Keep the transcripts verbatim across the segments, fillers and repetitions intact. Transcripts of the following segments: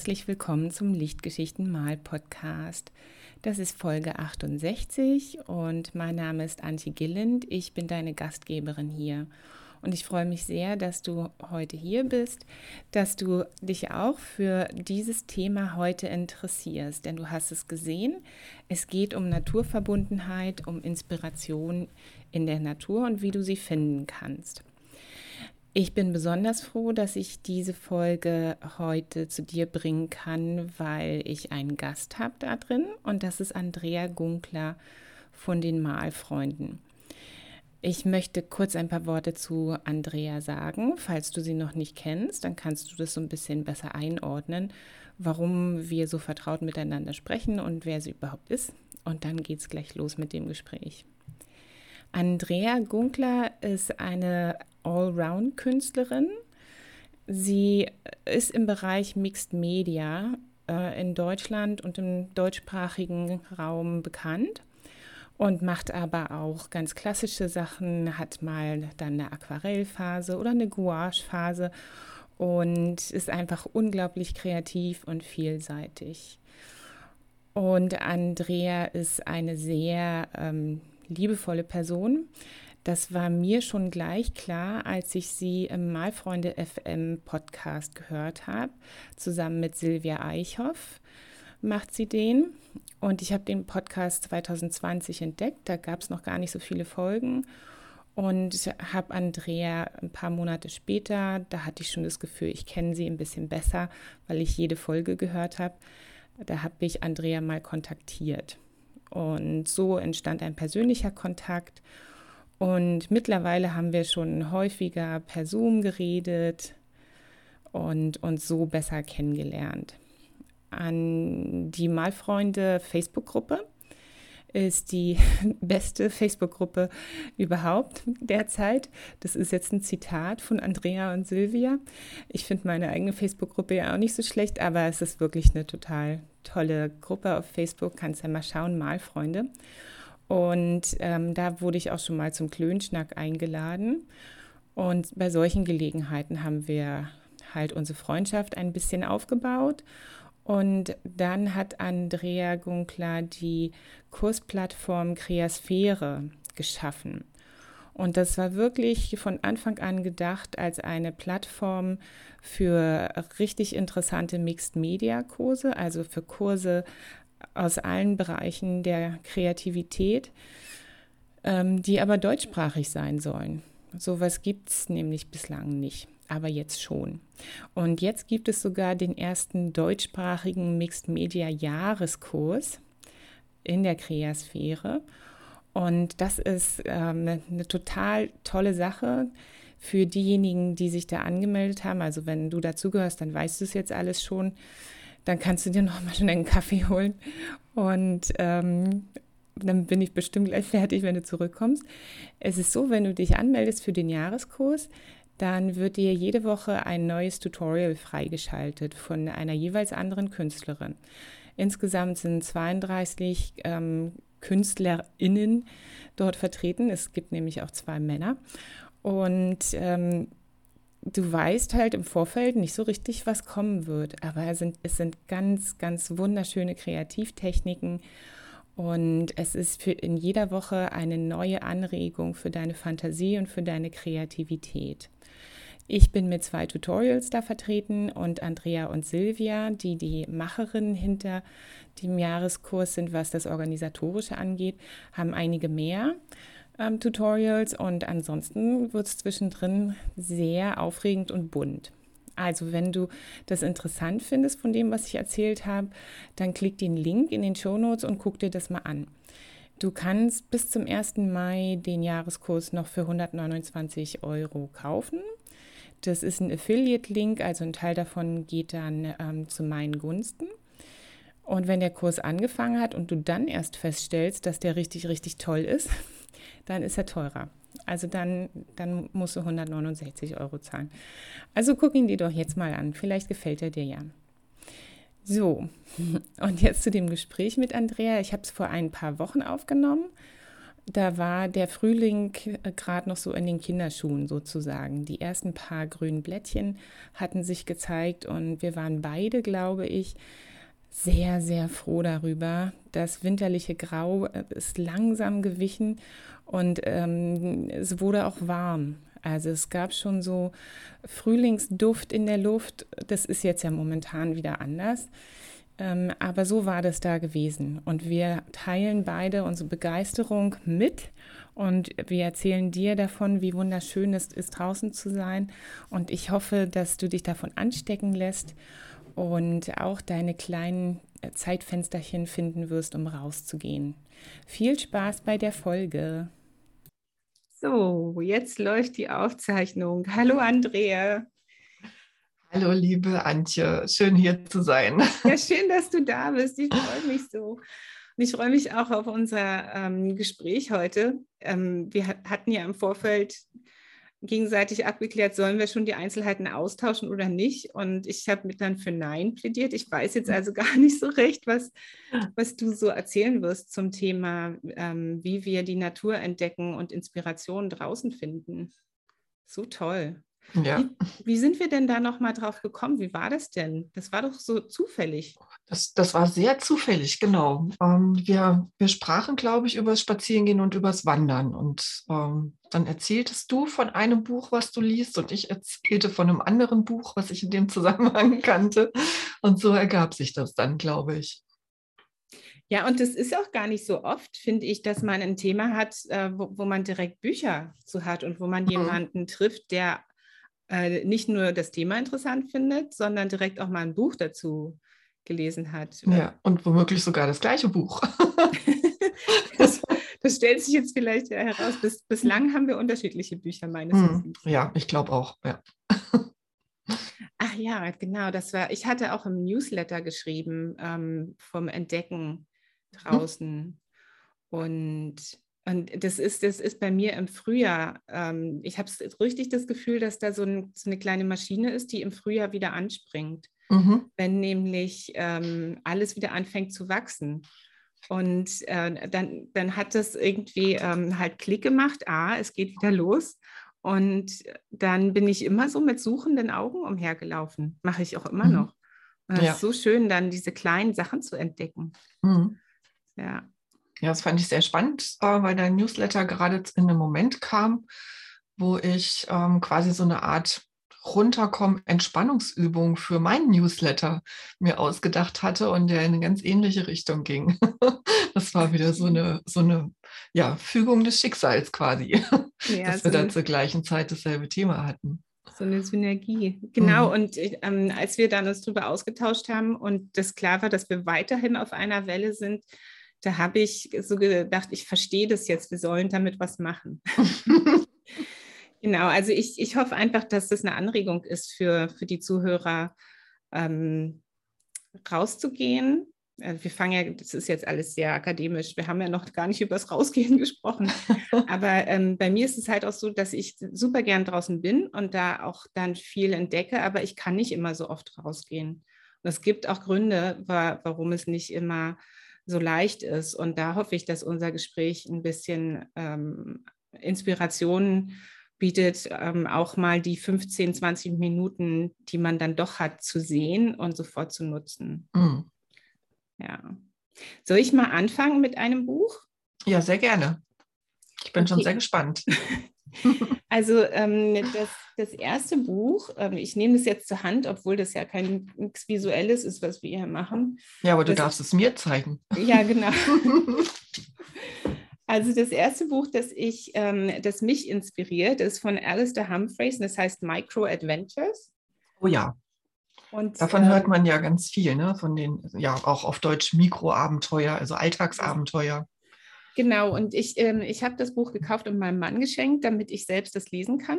herzlich willkommen zum Lichtgeschichten-Mal-Podcast. Das ist Folge achtundsechzig und mein Name ist Antje Gilland. Ich bin deine Gastgeberin hier und ich freue mich sehr, dass du heute hier bist, dass du dich auch für dieses Thema heute interessierst, denn du hast es gesehen, es geht um Naturverbundenheit, um Inspiration in der Natur und wie du sie finden kannst. Ich bin besonders froh, dass ich diese Folge heute zu dir bringen kann, weil ich einen Gast habe da drin und das ist Andrea Gunkler von den Malfreunden. Ich möchte kurz ein paar Worte zu Andrea sagen. Falls du sie noch nicht kennst, dann kannst du das so ein bisschen besser einordnen, warum wir so vertraut miteinander sprechen und wer sie überhaupt ist. Und dann geht es gleich los mit dem Gespräch. Andrea Gunkler ist eine Allround-Künstlerin. Sie ist im Bereich Mixed Media äh, in Deutschland und im deutschsprachigen Raum bekannt und macht aber auch ganz klassische Sachen, hat mal dann eine Aquarellphase oder eine Gouache-Phase und ist einfach unglaublich kreativ und vielseitig. Und Andrea ist eine sehr ähm, liebevolle Person. Das war mir schon gleich klar, als ich sie im Malfreunde F M Podcast gehört habe. Zusammen mit Silvia Eichhoff macht sie den. Und ich habe den Podcast zwanzig zwanzig entdeckt. Da gab es noch gar nicht so viele Folgen. Und habe Andrea ein paar Monate später, da hatte ich schon das Gefühl, ich kenne sie ein bisschen besser, weil ich jede Folge gehört habe. Da habe ich Andrea mal kontaktiert. Und so entstand ein persönlicher Kontakt. Und mittlerweile haben wir schon häufiger per Zoom geredet und uns so besser kennengelernt. An die Malfreunde Facebook-Gruppe ist die beste Facebook-Gruppe überhaupt derzeit. Das ist jetzt ein Zitat von Andrea und Silvia. Ich finde meine eigene Facebook-Gruppe ja auch nicht so schlecht, aber es ist wirklich eine total tolle Gruppe auf Facebook. Kannst ja mal schauen, Malfreunde. Und ähm, da wurde ich auch schon mal zum Klönschnack eingeladen. Und bei solchen Gelegenheiten haben wir halt unsere Freundschaft ein bisschen aufgebaut. Und dann hat Andrea Gunkler die Kursplattform Kreasphäre geschaffen. Und das war wirklich von Anfang an gedacht als eine Plattform für richtig interessante Mixed-Media-Kurse, also für Kurse aus allen Bereichen der Kreativität, ähm, die aber deutschsprachig sein sollen. Sowas gibt es nämlich bislang nicht, aber jetzt schon. Und jetzt gibt es sogar den ersten deutschsprachigen Mixed-Media-Jahreskurs in der Kreasphäre. Und das ist ähm, eine total tolle Sache für diejenigen, die sich da angemeldet haben. Also wenn du dazugehörst, dann weißt du es jetzt alles schon. Dann kannst du dir noch mal schnell einen Kaffee holen und ähm, dann bin ich bestimmt gleich fertig, wenn du zurückkommst. Es ist so, wenn du dich anmeldest für den Jahreskurs, dann wird dir jede Woche ein neues Tutorial freigeschaltet von einer jeweils anderen Künstlerin. Insgesamt sind zweiunddreißig ähm, KünstlerInnen dort vertreten. Es gibt nämlich auch zwei Männer. Und ähm, du weißt halt im Vorfeld nicht so richtig, was kommen wird. Aber es sind, es sind ganz, ganz wunderschöne Kreativtechniken. Und es ist für in jeder Woche eine neue Anregung für deine Fantasie und für deine Kreativität. Ich bin mit zwei Tutorials da vertreten und Andrea und Silvia, die die Macherinnen hinter dem Jahreskurs sind, was das Organisatorische angeht, haben einige mehr ähm, Tutorials und ansonsten wird es zwischendrin sehr aufregend und bunt. Also wenn du das interessant findest von dem, was ich erzählt habe, dann klick den Link in den Shownotes und guck dir das mal an. Du kannst bis zum ersten Mai den Jahreskurs noch für hundertneunundzwanzig Euro kaufen. Das ist ein Affiliate-Link, also ein Teil davon geht dann ähm, zu meinen Gunsten. Und wenn der Kurs angefangen hat und du dann erst feststellst, dass der richtig, richtig toll ist, dann ist er teurer. Also dann, dann musst du hundertneunundsechzig Euro zahlen. Also guck ihn dir doch jetzt mal an, vielleicht gefällt er dir ja. So, und jetzt zu dem Gespräch mit Andrea. Ich habe es vor ein paar Wochen aufgenommen. Da war der Frühling gerade noch so in den Kinderschuhen sozusagen. Die ersten paar grünen Blättchen hatten sich gezeigt und wir waren beide, glaube ich, sehr, sehr froh darüber. Das winterliche Grau ist langsam gewichen und ähm, es wurde auch warm. Also es gab schon so Frühlingsduft in der Luft. Das ist jetzt ja momentan wieder anders. Ähm, aber so war das da gewesen. Und wir teilen beide unsere Begeisterung mit. Und wir erzählen dir davon, wie wunderschön es ist, draußen zu sein. Und ich hoffe, dass du dich davon anstecken lässt und auch deine kleinen Zeitfensterchen finden wirst, um rauszugehen. Viel Spaß bei der Folge. So, jetzt läuft die Aufzeichnung. Hallo Andrea. Hallo, liebe Antje, schön hier zu sein. Ja, schön, dass du da bist. Ich freue mich so. Und ich freue mich auch auf unser ähm, Gespräch heute. Ähm, wir hat, hatten ja im Vorfeld gegenseitig abgeklärt, sollen wir schon die Einzelheiten austauschen oder nicht. Und ich habe mit dann für Nein plädiert. Ich weiß jetzt also gar nicht so recht, was, was du so erzählen wirst zum Thema, ähm, wie wir die Natur entdecken und Inspiration draußen finden. So toll. Ja, Wie, wie sind wir denn da nochmal drauf gekommen? Wie war das denn? Das war doch so zufällig. das, das war sehr zufällig, genau. Ähm, wir, wir sprachen, glaube ich, über das Spazierengehen und übers Wandern. Und ähm, dann erzähltest du von einem Buch, was du liest, und ich erzählte von einem anderen Buch, was ich in dem Zusammenhang kannte. Und so ergab sich das dann, glaube ich. Ja, und es ist auch gar nicht so oft, finde ich, dass man ein Thema hat, äh, wo, wo man direkt Bücher zu hat und wo man Mhm. jemanden trifft, der äh, nicht nur das Thema interessant findet, sondern direkt auch mal ein Buch dazu gelesen hat. Äh, Ja, und womöglich sogar das gleiche Buch. das, das stellt sich jetzt vielleicht heraus. Bis, bislang haben wir unterschiedliche Bücher meines Mhm. Wissens. Ja, ich glaube auch. Ja. Ach ja, genau, das war, ich hatte auch im Newsletter geschrieben ähm, vom Entdecken Mhm. draußen. Und, und das ist, das ist bei mir im Frühjahr. Ähm, ich habe richtig das Gefühl, dass da so, ein, so eine kleine Maschine ist, die im Frühjahr wieder anspringt, Mhm. wenn nämlich ähm, alles wieder anfängt zu wachsen. Und äh, dann, dann hat das irgendwie ähm, halt Klick gemacht. Ah, es geht wieder los. Und dann bin ich immer so mit suchenden Augen umhergelaufen. Mache ich auch immer Mhm. noch. Und es ist Ja. so schön, dann diese kleinen Sachen zu entdecken. Mhm. Ja. Ja, das fand ich sehr spannend, äh, weil dein Newsletter gerade in einem Moment kam, wo ich ähm, quasi so eine Art runterkommen Entspannungsübung für meinen Newsletter mir ausgedacht hatte und der in eine ganz ähnliche Richtung ging. Das war Ach, wieder so schön. eine, so eine ja, Fügung des Schicksals quasi, Ja, dass wir so da eine, zur gleichen Zeit dasselbe Thema hatten. so eine Synergie. Genau. Mhm. Und ähm, als wir dann uns darüber ausgetauscht haben und das klar war, dass wir weiterhin auf einer Welle sind, da habe ich so gedacht, ich verstehe das jetzt, wir sollen damit was machen. Genau, also ich, ich hoffe einfach, dass das eine Anregung ist für, für die Zuhörer, ähm, rauszugehen. Äh, Wir fangen ja, das ist jetzt alles sehr akademisch, wir haben ja noch gar nicht über das Rausgehen gesprochen. Aber ähm, bei mir ist es halt auch so, dass ich super gern draußen bin und da auch dann viel entdecke, aber ich kann nicht immer so oft rausgehen. Und es gibt auch Gründe, wa warum es nicht immer so leicht ist. Und da hoffe ich, dass unser Gespräch ein bisschen ähm, Inspiration bietet, ähm, auch mal die fünfzehn, zwanzig Minuten, die man dann doch hat, zu sehen und sofort zu nutzen. Mhm. Ja. Soll ich mal anfangen mit einem Buch? Ja, sehr gerne. Ich bin schon sehr Okay. gespannt. Also ähm, das, das erste Buch, ähm, ich nehme das jetzt zur Hand, obwohl das ja kein nichts Visuelles ist, was wir hier machen. Ja, aber du Das, darfst es mir zeigen. ja, genau. Also das erste Buch, das ich, ähm, das mich inspiriert, ist von Alistair Humphreys und das heißt Micro Adventures. Oh ja. Und Davon hört ähm, man ja ganz viel, ne? Von den, ja, auch auf Deutsch Mikroabenteuer, also Alltagsabenteuer. genau, und ich, ähm, ich habe das Buch gekauft und meinem Mann geschenkt, damit ich selbst das lesen kann.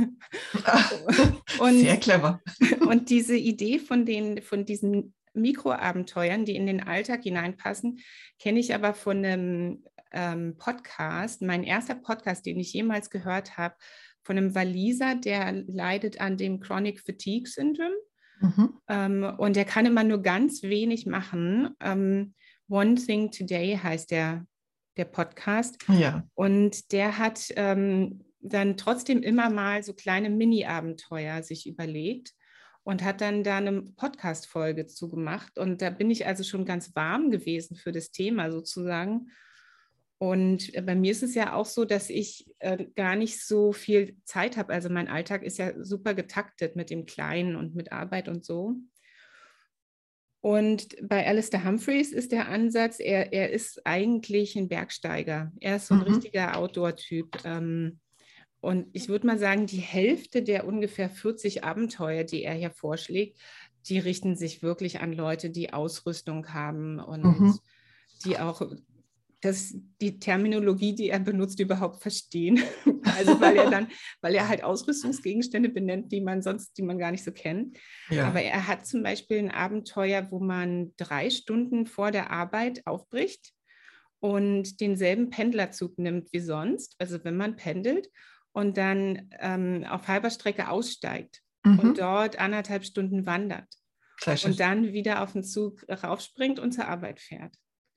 Sehr Und, clever. und diese Idee von, den, von diesen Mikroabenteuern, die in den Alltag hineinpassen, kenne ich aber von einem ähm, Podcast, mein erster Podcast, den ich jemals gehört habe, von einem Waliser, der leidet an dem Chronic Fatigue Syndrome. Mhm. Ähm, und der kann immer nur ganz wenig machen. Ähm, One Thing Today heißt der der Podcast. Ja. Und der hat ähm, dann trotzdem immer mal so kleine Mini-Abenteuer sich überlegt und hat dann da eine Podcast-Folge zugemacht. Und da bin ich also schon ganz warm gewesen für das Thema sozusagen. Und bei mir ist es ja auch so, dass ich äh, gar nicht so viel Zeit habe. Also mein Alltag ist ja super getaktet mit dem Kleinen und mit Arbeit und so. Und bei Alistair Humphreys ist der Ansatz, er, er ist eigentlich ein Bergsteiger. Er ist so ein Mhm. richtiger Outdoor-Typ. Ähm, und ich würde mal sagen, die Hälfte der ungefähr vierzig Abenteuer, die er hier vorschlägt, die richten sich wirklich an Leute, die Ausrüstung haben und Mhm. die auch das, die Terminologie, die er benutzt, überhaupt verstehen. Also weil er dann, weil er halt Ausrüstungsgegenstände benennt, die man sonst, die man gar nicht so kennt. Ja. Aber er hat zum Beispiel ein Abenteuer, wo man drei Stunden vor der Arbeit aufbricht und denselben Pendlerzug nimmt wie sonst, also wenn man pendelt, und dann ähm, auf halber Strecke aussteigt Mhm. und dort anderthalb Stunden wandert Sehr schön. und dann wieder auf den Zug raufspringt und zur Arbeit fährt.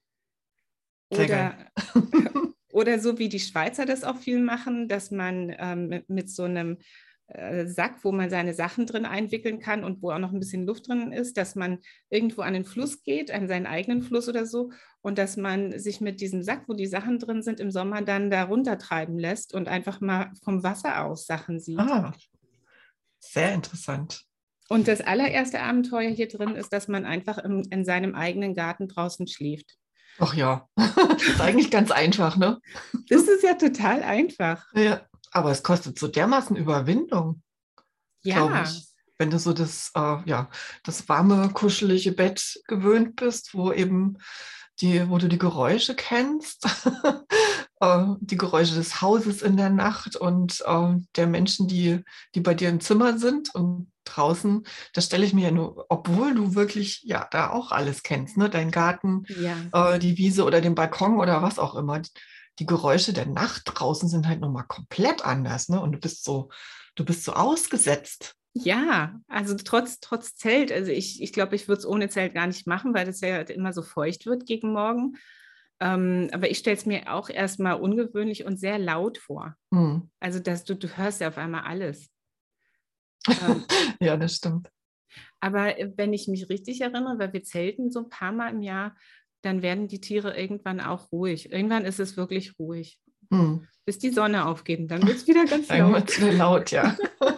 Sehr Oder, geil. oder so wie die Schweizer das auch viel machen, dass man ähm, mit, mit so einem äh, Sack, wo man seine Sachen drin einwickeln kann und wo auch noch ein bisschen Luft drin ist, dass man irgendwo an den Fluss geht, an seinen eigenen Fluss oder so, und dass man sich mit diesem Sack, wo die Sachen drin sind, im Sommer dann da runtertreiben lässt und einfach mal vom Wasser aus Sachen sieht. Ah, sehr interessant. Und das allererste Abenteuer hier drin ist, dass man einfach im, in seinem eigenen Garten draußen schläft. Ach ja, ist eigentlich ganz einfach, ne? Das ist ja total einfach. Ja, aber es kostet so dermaßen Überwindung, glaube Ja, ich. Wenn du so das, äh, ja, das warme, kuschelige Bett gewöhnt bist, wo eben die, wo du die Geräusche kennst, äh, die Geräusche des Hauses in der Nacht und äh, der Menschen, die, die bei dir im Zimmer sind und draußen, das stelle ich mir ja nur, obwohl du wirklich ja da auch alles kennst, ne? Dein Garten, ja. äh, die Wiese oder den Balkon oder was auch immer. Die Geräusche der Nacht draußen sind halt nochmal komplett anders, ne? Und du bist so, du bist so ausgesetzt. Ja, also trotz, trotz Zelt, also ich, ich glaube, ich würde es ohne Zelt gar nicht machen, weil das ja halt immer so feucht wird gegen Morgen. Ähm, aber ich stelle es mir auch erstmal ungewöhnlich und sehr laut vor. Hm. Also, dass du, du hörst ja auf einmal alles. Ähm, Ja, das stimmt. aber äh, wenn ich mich richtig erinnere, weil wir zelten so ein paar Mal im Jahr, dann werden die Tiere irgendwann auch ruhig. Irgendwann ist es wirklich ruhig, Hm. bis die Sonne aufgeht und dann wird es wieder ganz Dann laut. wird es wieder laut, ja.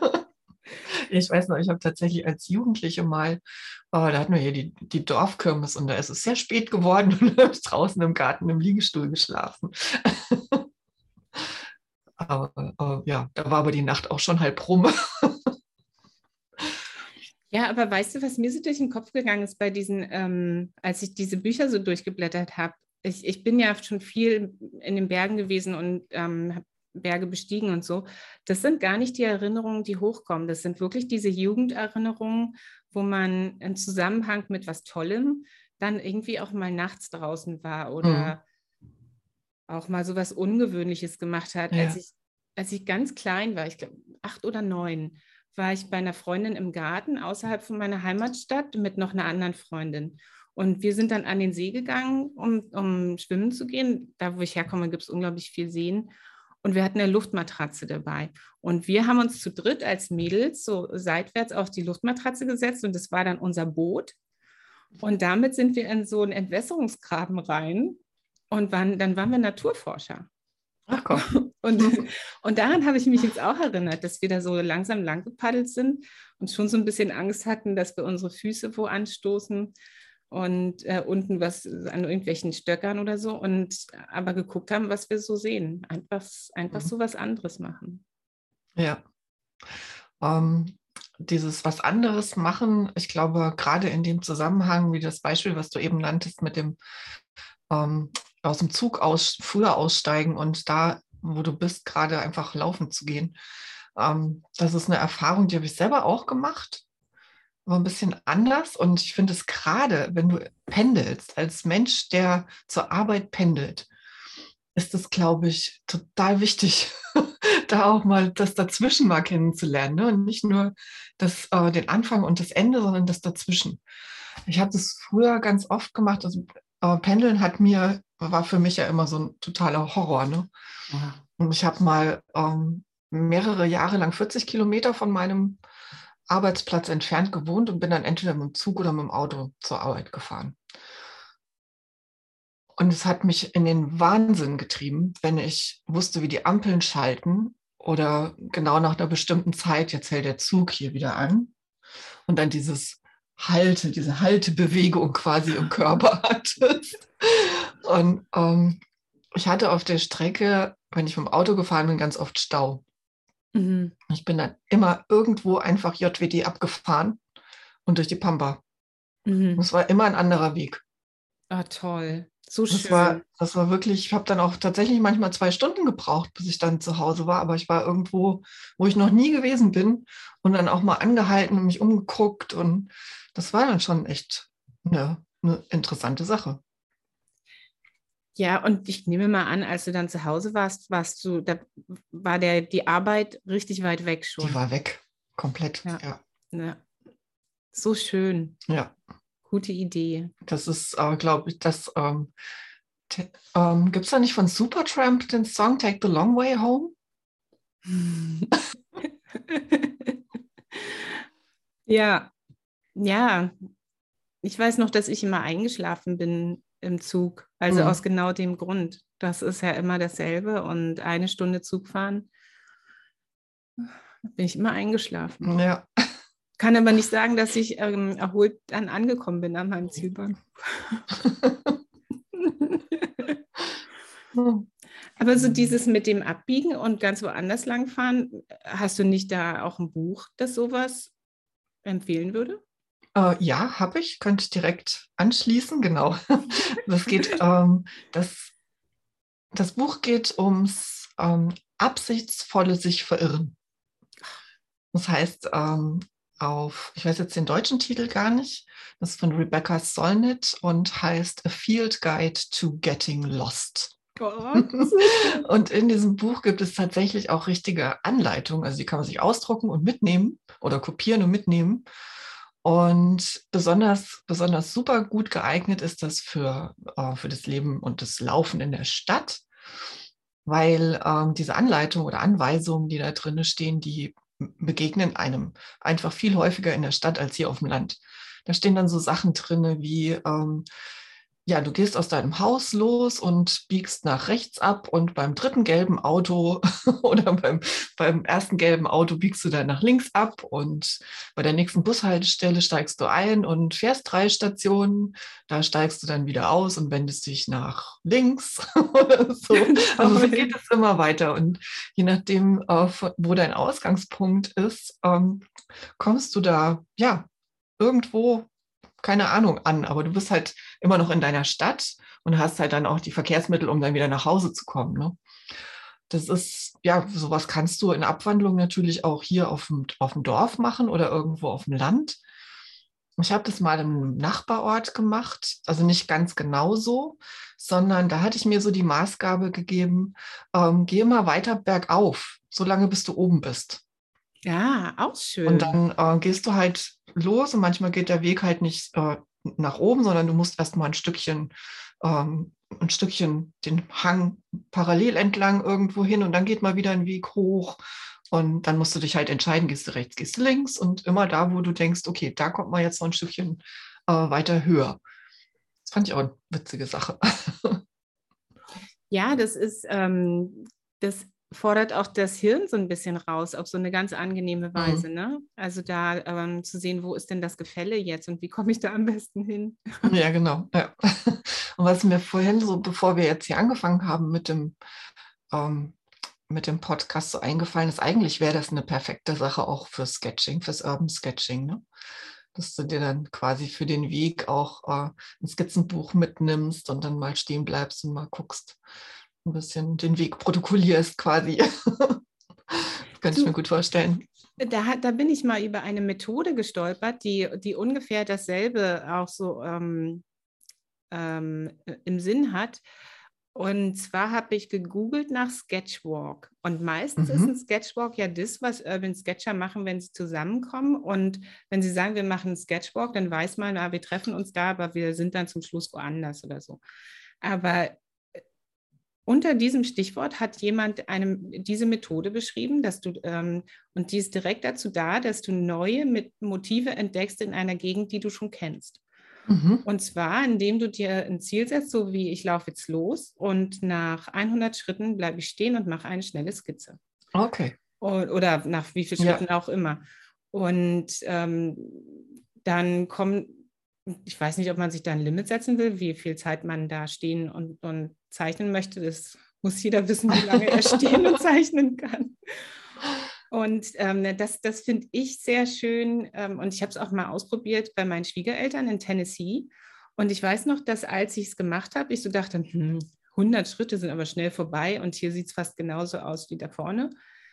Ich weiß noch, ich habe tatsächlich als Jugendliche mal, äh, da hatten wir hier die, die Dorfkirmes und da ist es sehr spät geworden und habe draußen im Garten im Liegestuhl geschlafen. Aber äh, ja, da war aber die Nacht auch schon halb rum. Ja, aber weißt du, was mir so durch den Kopf gegangen ist bei diesen, ähm, als ich diese Bücher so durchgeblättert habe? Ich, ich bin ja schon viel in den Bergen gewesen und ähm, habe Berge bestiegen und so. Das sind gar nicht die Erinnerungen, die hochkommen. Das sind wirklich diese Jugenderinnerungen, wo man im Zusammenhang mit was Tollem dann irgendwie auch mal nachts draußen war Hm. oder auch mal so was Ungewöhnliches gemacht hat. Als Ja. ich, als ich ganz klein war, ich glaube acht oder neun, war ich bei einer Freundin im Garten außerhalb von meiner Heimatstadt mit noch einer anderen Freundin. Und wir sind dann an den See gegangen, um, um schwimmen zu gehen. Da, wo ich herkomme, gibt es unglaublich viel Seen. Und wir hatten eine Luftmatratze dabei. Und wir haben uns zu dritt als Mädels so seitwärts auf die Luftmatratze gesetzt und das war dann unser Boot. Und damit sind wir in so einen Entwässerungsgraben rein und waren, dann waren wir Naturforscher. Ach komm. Und, und daran habe ich mich jetzt auch erinnert, dass wir da so langsam lang gepaddelt sind und schon so ein bisschen Angst hatten, dass wir unsere Füße wo anstoßen und äh, unten was an irgendwelchen Stöckern oder so, und aber geguckt haben, was wir so sehen. Einfach, einfach so was anderes machen. Ja. Ähm, dieses was anderes machen, ich glaube, gerade in dem Zusammenhang, wie das Beispiel, was du eben nanntest, mit dem ähm, aus dem Zug aus, früher aussteigen und da, wo du bist, gerade einfach laufen zu gehen. Ähm, das ist eine Erfahrung, die habe ich selber auch gemacht, aber ein bisschen anders. Und ich finde es gerade, wenn du pendelst, als Mensch, der zur Arbeit pendelt, ist es, glaube ich, total wichtig, da auch mal das Dazwischen mal kennenzulernen. Ne? Und nicht nur das, äh, den Anfang und das Ende, sondern das Dazwischen. Ich habe das früher ganz oft gemacht. Also äh, Pendeln hat mir war für mich ja immer so ein totaler Horror, ne? Ja. Und ich habe mal ähm, mehrere Jahre lang vierzig Kilometer von meinem Arbeitsplatz entfernt gewohnt und bin dann entweder mit dem Zug oder mit dem Auto zur Arbeit gefahren. Und es hat mich in den Wahnsinn getrieben, wenn ich wusste, wie die Ampeln schalten oder genau nach einer bestimmten Zeit, jetzt hält der Zug hier wieder an und dann dieses Halte, diese Haltebewegung quasi im Körper hattest. Und ähm, ich hatte auf der Strecke, wenn ich mit dem Auto gefahren bin, ganz oft Stau. Mhm. Ich bin dann immer irgendwo einfach J W D abgefahren und durch die Pampa. Und Mhm. es war immer ein anderer Weg. Ah, toll. So Das war, schön. das war wirklich, ich habe dann auch tatsächlich manchmal zwei Stunden gebraucht, bis ich dann zu Hause war. Aber ich war irgendwo, wo ich noch nie gewesen bin und dann auch mal angehalten und mich umgeguckt. Und das war dann schon echt eine, eine interessante Sache. Ja, und ich nehme mal an, als du dann zu Hause warst, warst du, da war der, die Arbeit richtig weit weg Die schon. war weg, komplett. Ja, Ja, ja. So schön. ja. Gute Idee. Das ist, äh, glaube ich, das ähm, te- ähm, gibt es da nicht von Supertramp den Song Take the Long Way Home? Ja, ja. Ich weiß noch, dass ich immer eingeschlafen bin im Zug. Also aus Hm. genau dem Grund. Das ist ja immer dasselbe. Und eine Stunde Zug fahren, bin ich immer eingeschlafen. Ja. Kann aber nicht sagen, dass ich ähm, erholt dann angekommen bin an meinem Zielbahnhof. Hm. Aber so dieses mit dem Abbiegen und ganz woanders langfahren, hast du nicht da auch ein Buch, das sowas empfehlen würde? Äh, ja, habe ich, könnte ich direkt anschließen, genau. Das geht, ähm, das, das Buch geht ums ähm, absichtsvolle sich verirren. Das heißt, ähm, auf, ich weiß jetzt den deutschen Titel gar nicht, das ist von Rebecca Solnit und heißt A Field Guide to Getting Lost. Gott, so schön. Und in diesem Buch gibt es tatsächlich auch richtige Anleitungen, also die kann man sich ausdrucken und mitnehmen oder kopieren und mitnehmen. Und besonders, besonders super gut geeignet ist das für, äh, für das Leben und das Laufen in der Stadt, weil ähm, diese Anleitungen oder Anweisungen, die da drin stehen, die begegnen einem einfach viel häufiger in der Stadt als hier auf dem Land. Da stehen dann so Sachen drin wie, ähm, ja, du gehst aus deinem Haus los und biegst nach rechts ab und beim dritten gelben Auto oder beim, beim ersten gelben Auto biegst du dann nach links ab und bei der nächsten Bushaltestelle steigst du ein und fährst drei Stationen, da steigst du dann wieder aus und wendest dich nach links oder so. Also so geht Toll. es immer weiter und je nachdem, äh, wo dein Ausgangspunkt ist, ähm, kommst du da, ja, irgendwo keine Ahnung an, aber du bist halt immer noch in deiner Stadt und hast halt dann auch die Verkehrsmittel, um dann wieder nach Hause zu kommen. Ne? Das ist, ja, sowas kannst du in Abwandlung natürlich auch hier auf dem, auf dem Dorf machen oder irgendwo auf dem Land. Ich habe das mal im Nachbarort gemacht, also nicht ganz genau so, sondern da hatte ich mir so die Maßgabe gegeben, ähm, geh immer weiter bergauf, solange bis du oben bist. Ja, auch Und schön. dann äh, gehst du halt los und manchmal geht der Weg halt nicht äh, nach oben, sondern du musst erstmal ein Stückchen, ähm, ein Stückchen den Hang parallel entlang irgendwo hin und dann geht mal wieder ein Weg hoch. Und dann musst du dich halt entscheiden, gehst du rechts, gehst du links und immer da, wo du denkst, okay, da kommt man jetzt noch ein Stückchen äh, weiter höher. Das fand ich auch eine witzige Sache. Ja, das ist, ähm, das fordert auch das Hirn so ein bisschen raus, auf so eine ganz angenehme Weise, Mhm. ne? Also da ähm, zu sehen, wo ist denn das Gefälle jetzt und wie komme ich da am besten hin? Ja, genau. Ja. Und was mir vorhin so, bevor wir jetzt hier angefangen haben mit dem ähm, mit dem Podcast so eingefallen ist, eigentlich wäre das eine perfekte Sache auch für Sketching, fürs Urban Sketching, ne? Dass du dir dann quasi für den Weg auch äh, ein Skizzenbuch mitnimmst und dann mal stehen bleibst und mal guckst, ein bisschen den Weg protokollierst quasi. Das könnte ich mir Du, gut vorstellen. da, hat- da bin ich mal über eine Methode gestolpert, die, die ungefähr dasselbe auch so ähm, ähm, im Sinn hat. Und zwar habe ich gegoogelt nach Sketchwalk. Und meistens ist ein Mhm. Sketchwalk ja das, was Urban Sketcher machen, wenn sie zusammenkommen. Und wenn sie sagen, wir machen einen Sketchwalk, dann weiß man, ah, wir treffen uns da, aber wir sind dann zum Schluss woanders oder so. Aber unter diesem Stichwort hat jemand eine, diese Methode beschrieben, dass du, ähm, und die ist direkt dazu da, dass du neue Motive entdeckst in einer Gegend, die du schon kennst. Mhm. Und zwar, indem du dir ein Ziel setzt, so wie ich laufe jetzt los und nach hundert Schritten bleibe ich stehen und mache eine schnelle Skizze. Okay. Oder nach wie vielen Schritten ja. auch immer. Und ähm, dann kommen, ich weiß nicht, ob man sich da ein Limit setzen will, wie viel Zeit man da stehen und, und zeichnen möchte. Das muss jeder wissen, wie lange er stehen und zeichnen kann. Und ähm, das, das finde ich sehr schön. Ähm, und ich habe es auch mal ausprobiert bei meinen Schwiegereltern in Tennessee. Und ich weiß noch, dass als ich es gemacht habe, ich so dachte, hm, hundert Schritte sind aber schnell vorbei und hier sieht es fast genauso aus wie da vorne.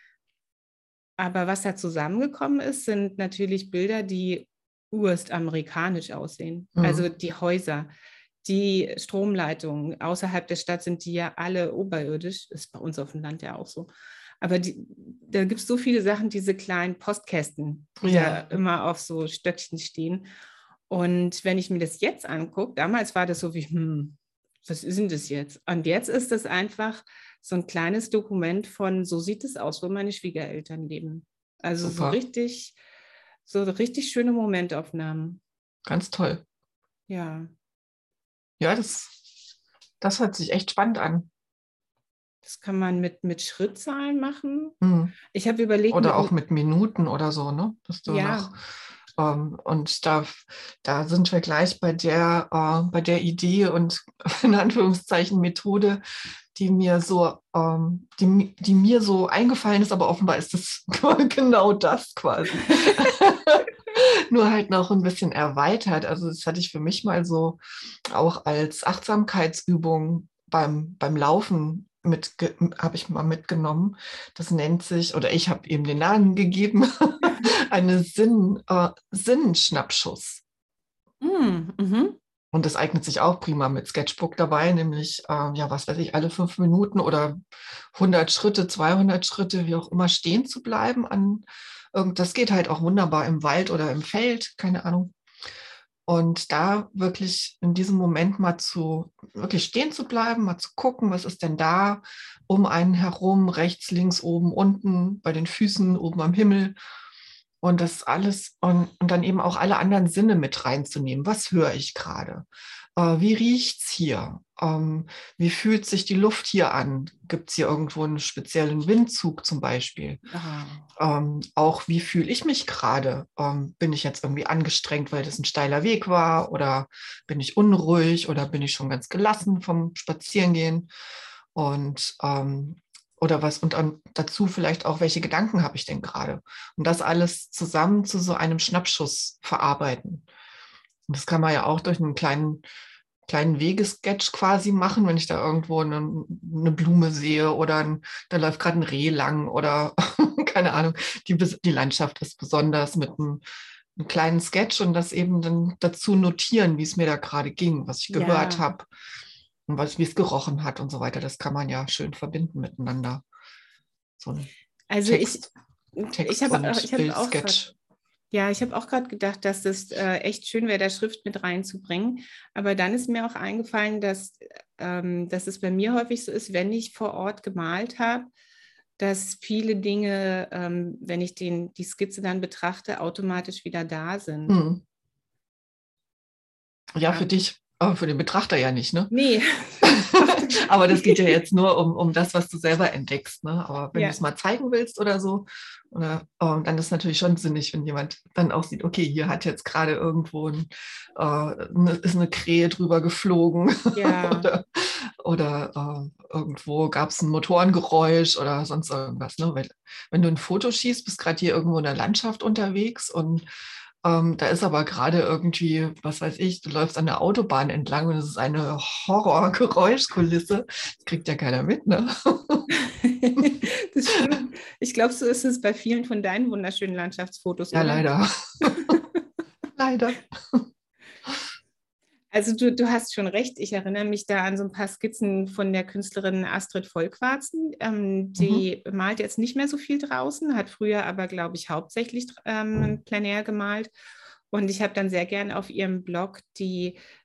Aber was da zusammengekommen ist, sind natürlich Bilder, die urstamerikanisch aussehen. Mhm. Also die Häuser, die Stromleitungen außerhalb der Stadt sind die ja alle oberirdisch. Ist bei uns auf dem Land ja auch so. Aber die, da gibt es so viele Sachen, diese kleinen Postkästen, die ja. da immer auf so Stöckchen stehen. Und wenn ich mir das jetzt angucke, damals war das so wie, hm, was ist denn das jetzt? Und jetzt ist das einfach so ein kleines Dokument von, so sieht es aus, wo meine Schwiegereltern leben. Also Super. so richtig, so richtig schöne Momentaufnahmen. Ganz toll. Ja. Ja, das, das hört sich echt spannend an. Das kann man mit, mit Schrittzahlen machen. Mhm. Ich habe überlegt. Oder mit, auch mit Minuten oder so, ne? Dass du ja. noch, ähm, und da, da sind wir gleich bei der, äh, bei der Idee und in Anführungszeichen Methode, die mir so, ähm, die, die mir so eingefallen ist, aber offenbar ist es genau das quasi. Nur halt noch ein bisschen erweitert. Also das hatte ich für mich mal so auch als Achtsamkeitsübung beim, beim Laufen mit, habe ich mal mitgenommen. Das nennt sich, oder ich habe eben den Namen gegeben, eine Sinn, äh, Sinnschnappschuss. Mhm. Und das eignet sich auch prima mit Sketchbook dabei, nämlich, äh, ja, was weiß ich, alle fünf Minuten oder hundert Schritte, zweihundert Schritte, wie auch immer, stehen zu bleiben. An, das geht halt auch wunderbar im Wald oder im Feld, keine Ahnung. Und da wirklich in diesem Moment mal zu, wirklich stehen zu bleiben, mal zu gucken, was ist denn da um einen herum, rechts, links, oben, unten, bei den Füßen, oben am Himmel. Und das alles und, und dann eben auch alle anderen Sinne mit reinzunehmen. Was höre ich gerade? Äh, wie riecht es hier? Ähm, wie fühlt sich die Luft hier an? Gibt es hier irgendwo einen speziellen Windzug zum Beispiel? Oh. Ähm, auch wie fühle ich mich gerade? Ähm, bin ich jetzt irgendwie angestrengt, weil das ein steiler Weg war? Oder bin ich unruhig? Oder bin ich schon ganz gelassen vom Spazierengehen? Und ähm, oder was, und um, dazu vielleicht auch, welche Gedanken habe ich denn gerade? Und das alles zusammen zu so einem Schnappschuss verarbeiten. Und das kann man ja auch durch einen kleinen, kleinen Wegesketch quasi machen, wenn ich da irgendwo eine, eine Blume sehe oder ein, da läuft gerade ein Reh lang oder keine Ahnung, die, die Landschaft ist besonders mit einem, einem kleinen Sketch und das eben dann dazu notieren, wie es mir da gerade ging, was ich ja. gehört habe. Und was, wie es gerochen hat und so weiter, das kann man ja schön verbinden miteinander. So ein also Text, ich, Text ich habe und ich hab auch Bildsketch. grad, ja, ich habe auch gerade gedacht, dass es äh, echt schön wäre, da Schrift mit reinzubringen. Aber dann ist mir auch eingefallen, dass, ähm, dass es bei mir häufig so ist, wenn ich vor Ort gemalt habe, dass viele Dinge, ähm, wenn ich den, die Skizze dann betrachte, automatisch wieder da sind. Hm. Ja, für dich, aber für den Betrachter ja nicht, ne? Nee. Aber das geht ja jetzt nur um, um das, was du selber entdeckst, ne? Aber wenn ja. du es mal zeigen willst oder so, oder, ähm, dann ist es natürlich schon sinnig, wenn jemand dann auch sieht, okay, hier hat jetzt gerade irgendwo ein, äh, eine, ist eine Krähe drüber geflogen ja. oder, oder äh, irgendwo gab es ein Motorengeräusch oder sonst irgendwas. Ne? Weil, wenn du ein Foto schießt, bist gerade hier irgendwo in der Landschaft unterwegs und Ähm, da ist aber gerade irgendwie, was weiß ich, du läufst an der Autobahn entlang und es ist eine Horrorgeräuschkulisse. Das kriegt ja keiner mit, ne? Das stimmt. Ich glaube, so ist es bei vielen von deinen wunderschönen Landschaftsfotos, ja, oder? leider. Leider. Also du, du hast schon recht, ich erinnere mich da an so ein paar Skizzen von der Künstlerin Astrid Vollquarzen. Ähm, die mhm. malt jetzt nicht mehr so viel draußen, hat früher aber, glaube ich, hauptsächlich ähm, plein air gemalt. Und ich habe dann sehr gerne auf ihrem Blog die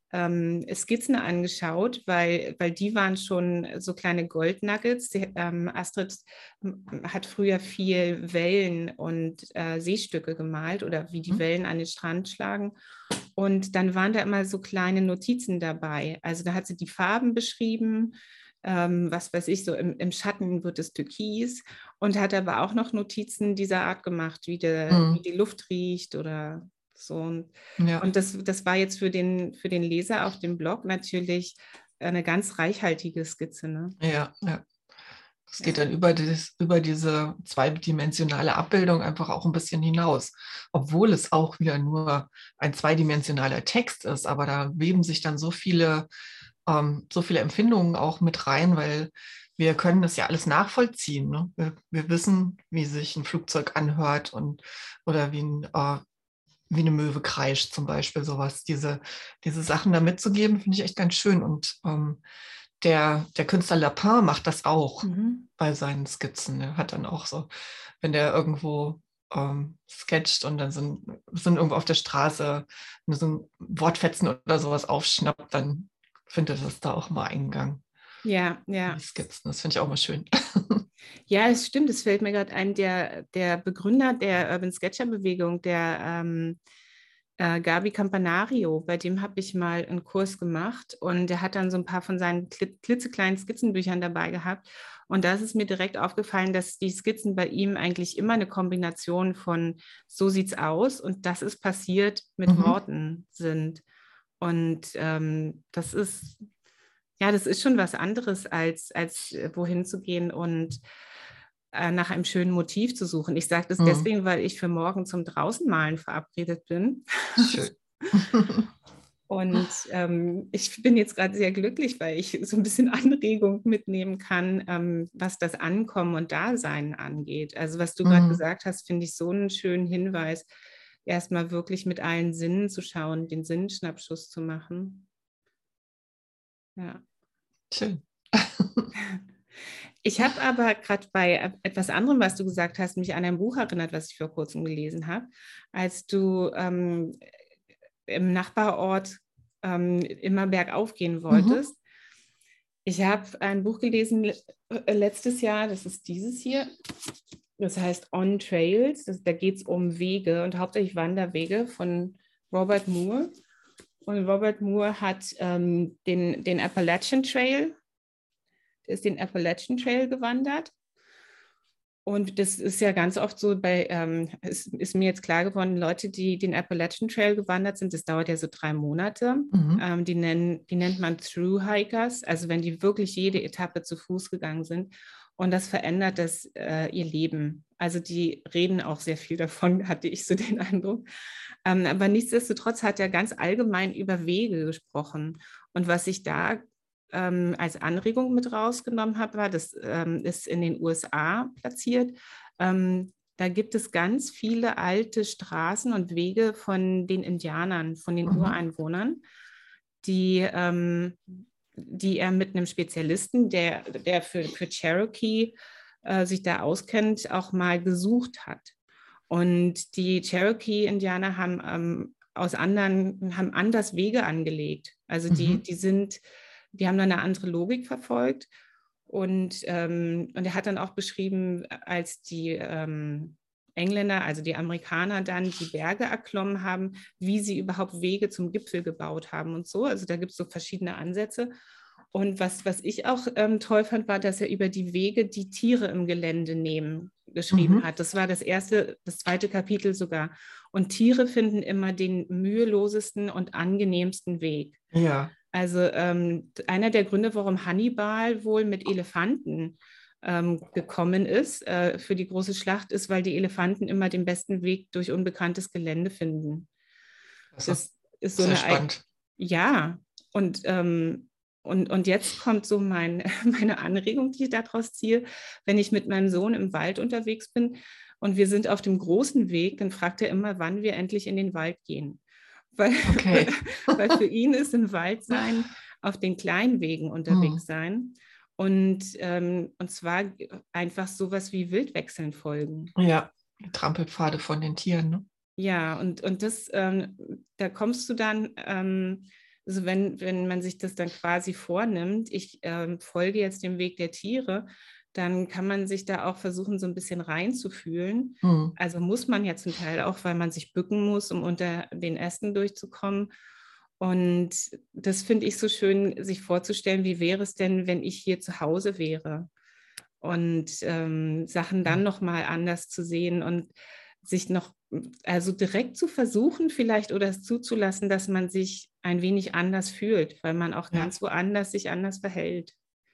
ähm, Skizzen angeschaut, weil, weil die waren schon so kleine Goldnuggets. Die, ähm, Astrid ähm, hat früher viel Wellen und äh, Seestücke gemalt oder wie die Mhm. Wellen an den Strand schlagen. Und dann waren da immer so kleine Notizen dabei. Also da hat sie die Farben beschrieben, ähm, was weiß ich, so im, im Schatten wird es türkis und hat aber auch noch Notizen dieser Art gemacht, wie, de, wie Mhm. die Luft riecht oder so. Und, Ja, und das, das war jetzt für den, für den Leser auf dem Blog natürlich eine ganz reichhaltige Skizze. Ne? ja, ja. Es geht Ja. dann über, dieses, über diese zweidimensionale Abbildung einfach auch ein bisschen hinaus, obwohl es auch wieder nur ein zweidimensionaler Text ist, aber da weben sich dann so viele, ähm, so viele Empfindungen auch mit rein, weil wir können das ja alles nachvollziehen. Ne? Wir, wir wissen, wie sich ein Flugzeug anhört und oder wie, ein, äh, wie eine Möwe kreischt zum Beispiel, sowas. Diese, diese Sachen da mitzugeben, finde ich echt ganz schön. Und ähm, der, der Künstler Lapin macht das auch Mhm. bei seinen Skizzen. Er hat dann auch so, wenn der irgendwo ähm, sketcht und dann sind, sind irgendwo auf der Straße so ein Wortfetzen oder sowas aufschnappt, dann findet es da auch mal Eingang Ja, in die ja. Skizzen. Das finde ich auch mal schön. Ja, es stimmt. Es fällt mir gerade ein, der, der Begründer der Urban Sketcher-Bewegung, der ähm, äh, Gabi Campanario, bei dem habe ich mal einen Kurs gemacht und der hat dann so ein paar von seinen klitzekleinen Skizzenbüchern dabei gehabt. Und da ist es mir direkt aufgefallen, dass die Skizzen bei ihm eigentlich immer eine Kombination von so sieht's aus und das ist passiert mit Mhm. Worten sind. Und ähm, das ist, ja, das ist schon was anderes, als, als äh, wohin zu gehen und äh, nach einem schönen Motiv zu suchen. Ich sage das Mhm. deswegen, weil ich für morgen zum Draußenmalen verabredet bin. Schön. Und ähm, ich bin jetzt gerade sehr glücklich, weil ich so ein bisschen Anregung mitnehmen kann, ähm, was das Ankommen und Dasein angeht. Also was du gerade Mhm. gesagt hast, finde ich so einen schönen Hinweis, erstmal wirklich mit allen Sinnen zu schauen, den Sinnschnappschuss zu machen. Ja. Schön. Ich habe aber gerade bei etwas anderem, was du gesagt hast, mich an ein Buch erinnert, was ich vor kurzem gelesen habe, als du ähm, im Nachbarort ähm, immer bergauf gehen Mhm. wolltest. Ich habe ein Buch gelesen äh, letztes Jahr, das ist dieses hier, das heißt On Trails, das, da geht es um Wege und hauptsächlich Wanderwege von Robert Moore. Und Robert Moore hat ähm, den, den Appalachian Trail, der ist den Appalachian Trail gewandert. Und das ist ja ganz oft so bei, ähm, es ist mir jetzt klar geworden, Leute, die den Appalachian Trail gewandert sind, das dauert ja so drei Monate. Mhm. Ähm, die, nennen, die nennt man Through Hikers, also wenn die wirklich jede Etappe zu Fuß gegangen sind. Und das verändert das, äh, ihr Leben. Also die reden auch sehr viel davon, hatte ich so den Eindruck. Ähm, aber nichtsdestotrotz hat er ganz allgemein über Wege gesprochen. Und was ich da ähm, als Anregung mit rausgenommen habe, war, das ähm, ist in den U S A platziert. Ähm, da gibt es ganz viele alte Straßen und Wege von den Indianern, von den Mhm. Ureinwohnern, die, ähm, die er mit einem Spezialisten, der, der für, für Cherokee äh, sich da auskennt, auch mal gesucht hat. Und die Cherokee-Indianer haben ähm, aus anderen, haben anders Wege angelegt. Also die, Mhm. die sind, die haben dann eine andere Logik verfolgt. Und, ähm, und er hat dann auch beschrieben, als die ähm, Engländer, also die Amerikaner dann die Berge erklommen haben, wie sie überhaupt Wege zum Gipfel gebaut haben und so. Also da gibt es so verschiedene Ansätze. Und was, was ich auch ähm, toll fand, war, dass er über die Wege, die Tiere im Gelände nehmen, geschrieben Mhm. hat. Das war das erste, das zweite Kapitel sogar. Und Tiere finden immer den mühelosesten und angenehmsten Weg. Ja. Also ähm, einer der Gründe, warum Hannibal wohl mit Elefanten ähm, gekommen ist äh, für die große Schlacht, ist, weil die Elefanten immer den besten Weg durch unbekanntes Gelände finden. Also, Das ist so sehr eine, spannend. ja, und, ähm, und, und jetzt kommt so mein, meine Anregung, die ich daraus ziehe. Wenn ich mit meinem Sohn im Wald unterwegs bin und wir sind auf dem großen Weg, dann fragt er immer, wann wir endlich in den Wald gehen. Weil, Okay. weil für ihn ist im Wald sein, auf den kleinen Wegen Mhm. unterwegs sein. Und, ähm, und zwar einfach sowas wie Wildwechseln folgen. Ja, die Trampelpfade von den Tieren, ne? Ja, und, und das, ähm, da kommst du dann ähm, also wenn, wenn man sich das dann quasi vornimmt, ich ähm, folge jetzt dem Weg der Tiere, dann kann man sich da auch versuchen, so ein bisschen reinzufühlen. Hm. Also muss man ja zum Teil auch, weil man sich bücken muss, um unter den Ästen durchzukommen. Und das finde ich so schön, sich vorzustellen, wie wäre es denn, wenn ich hier zu Hause wäre? Und ähm, Sachen dann nochmal anders zu sehen und sich noch, also direkt zu versuchen vielleicht oder es zuzulassen, dass man sich ein wenig anders fühlt, weil man auch Ja. ganz woanders sich anders verhält.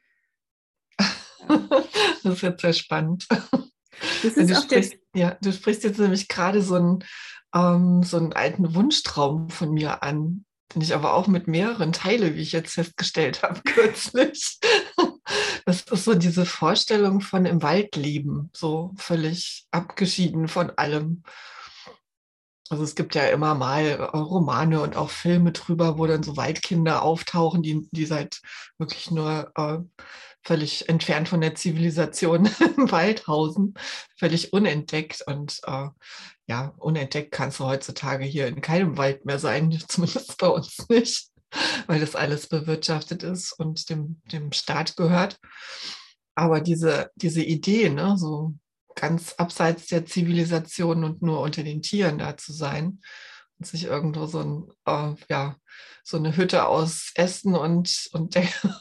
Ja. Das ist jetzt sehr spannend. Das Du ist auch der, sprichst, ja, du sprichst jetzt nämlich gerade so einen, ähm, so einen alten Wunschtraum von mir an, den ich aber auch mit mehreren teile, wie ich jetzt festgestellt habe, kürzlich. Das ist so diese Vorstellung von im Wald leben, so völlig abgeschieden von allem. Also es gibt ja immer mal äh, Romane und auch Filme drüber, wo dann so Waldkinder auftauchen, die, die seit wirklich nur äh, völlig entfernt von der Zivilisation im Wald hausen, völlig unentdeckt. Und äh, ja, unentdeckt kannst du heutzutage hier in keinem Wald mehr sein, zumindest bei uns nicht, weil das alles bewirtschaftet ist und dem, dem Staat gehört. Aber diese, diese Idee, ne, so ganz abseits der Zivilisation und nur unter den Tieren da zu sein und sich irgendwo so, ein, äh, ja, so eine Hütte aus Ästen und, und,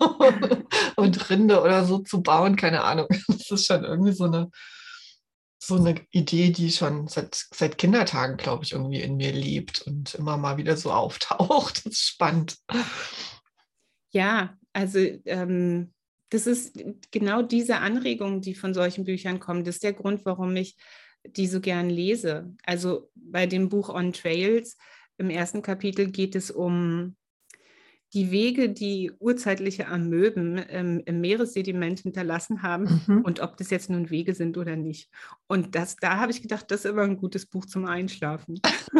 und Rinde oder so zu bauen, keine Ahnung. Das ist schon irgendwie so eine, so eine Idee, die schon seit, seit Kindertagen, glaube ich, irgendwie in mir lebt und immer mal wieder so auftaucht. Das ist spannend. ja, also ähm, das ist genau diese Anregung, die von solchen Büchern kommen. Das ist der Grund, warum ich die so gern lese. Also bei dem Buch On Trails, im ersten Kapitel geht es um die Wege, die urzeitliche Amöben ähm, im Meeressediment hinterlassen haben Mhm. und ob das jetzt nun Wege sind oder nicht. Und das, da habe ich gedacht, das ist immer ein gutes Buch zum Einschlafen.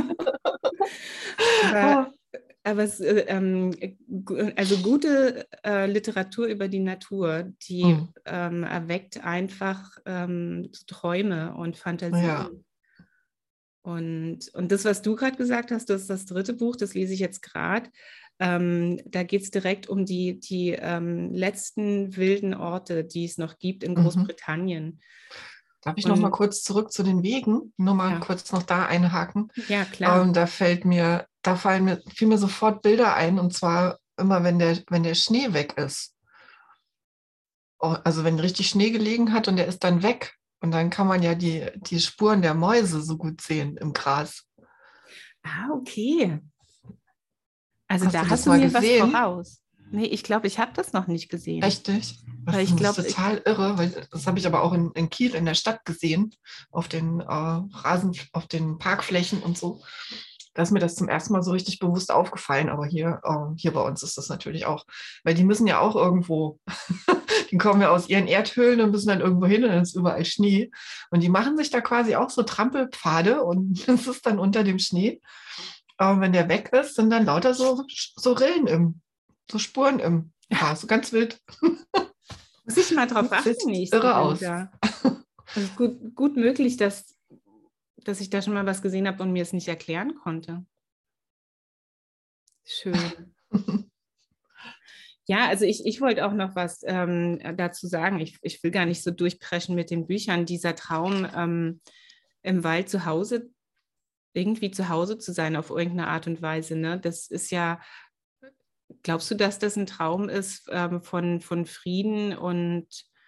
Aber Oh. aber es, äh, ähm, also gute äh, Literatur über die Natur, die Hm. ähm, erweckt einfach ähm, Träume und Ja. Fantasien. Und, und das, was du gerade gesagt hast, das ist das dritte Buch, das lese ich jetzt gerade. Ähm, da geht es direkt um die, die ähm, letzten wilden Orte, die es noch gibt in Mhm. Großbritannien. Darf ich noch mal Und kurz zurück zu den Wegen? Nur mal ja, kurz noch da einhaken. ja, klar. Ähm, da fällt mir, da fallen mir, fiel mir sofort Bilder ein, und zwar immer, wenn der, wenn der Schnee weg ist. Oh, also wenn richtig Schnee gelegen hat und der ist dann weg. Und dann kann man ja die, die Spuren der Mäuse so gut sehen im Gras. Ah, okay. Also Hast du da das hast du mal mir was gesehen? voraus. Nee, ich glaube, ich habe das noch nicht gesehen. Echt nicht? Das Weil ich ist glaube, ich, total irre, weil das habe ich aber auch in, in Kiel in der Stadt gesehen, auf den äh, Rasen, auf den Parkflächen und so. Da ist mir das zum ersten Mal so richtig bewusst aufgefallen, aber hier, äh, hier bei uns ist das natürlich auch, weil die müssen ja auch irgendwo, die kommen ja aus ihren Erdhöhlen und müssen dann irgendwo hin und dann ist überall Schnee. Und die machen sich da quasi auch so Trampelpfade und das ist dann unter dem Schnee. Aber wenn der weg ist, sind dann lauter so, so Rillen im, so Spuren im Gras, ganz wild. muss ich mal drauf Das achten sieht nächsten irre aus. Winter. Es ist gut, gut möglich, dass, dass ich da schon mal was gesehen habe und mir es nicht erklären konnte. Schön. Ja, also ich, ich wollte auch noch was ähm, dazu sagen. Ich, ich will gar nicht so durchpreschen mit den Büchern. Dieser Traum, ähm, im Wald zu Hause, irgendwie zu Hause zu sein auf irgendeine Art und Weise, ne? Das ist ja, glaubst du, dass das ein Traum ist ähm, von, von Frieden und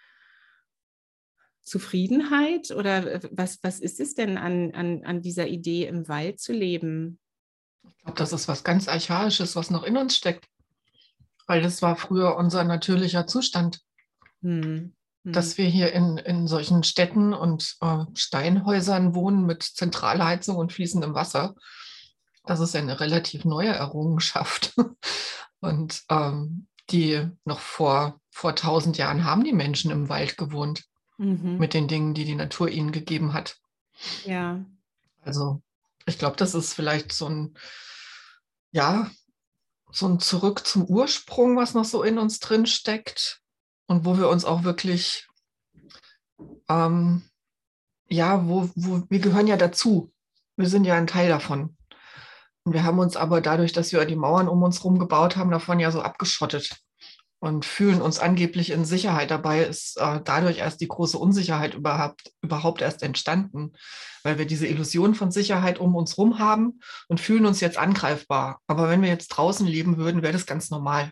Zufriedenheit? Oder was, was ist es denn an, an, an dieser Idee, im Wald zu leben? Ich glaube, das ist was ganz Archaisches, was noch in uns steckt, weil das war früher unser natürlicher Zustand, Hm. Hm. dass wir hier in, in solchen Städten und äh, Steinhäusern wohnen mit Zentralheizung und fließendem Wasser. Das ist ja eine relativ neue Errungenschaft. Und ähm, die noch vor, vor tausend Jahren haben die Menschen im Wald gewohnt Mhm. mit den Dingen, die die Natur ihnen gegeben hat. Ja. Also ich glaube, das ist vielleicht so ein, ja, so ein Zurück zum Ursprung, was noch so in uns drin steckt und wo wir uns auch wirklich, ähm, ja, wo, wo wir gehören ja dazu. Wir sind ja ein Teil davon. Wir haben uns aber dadurch, dass wir die Mauern um uns herum gebaut haben, davon ja so abgeschottet und fühlen uns angeblich in Sicherheit. Dabei ist äh, dadurch erst die große Unsicherheit überhaupt, überhaupt erst entstanden, weil wir diese Illusion von Sicherheit um uns herum haben und fühlen uns jetzt angreifbar. Aber wenn wir jetzt draußen leben würden, wäre das ganz normal.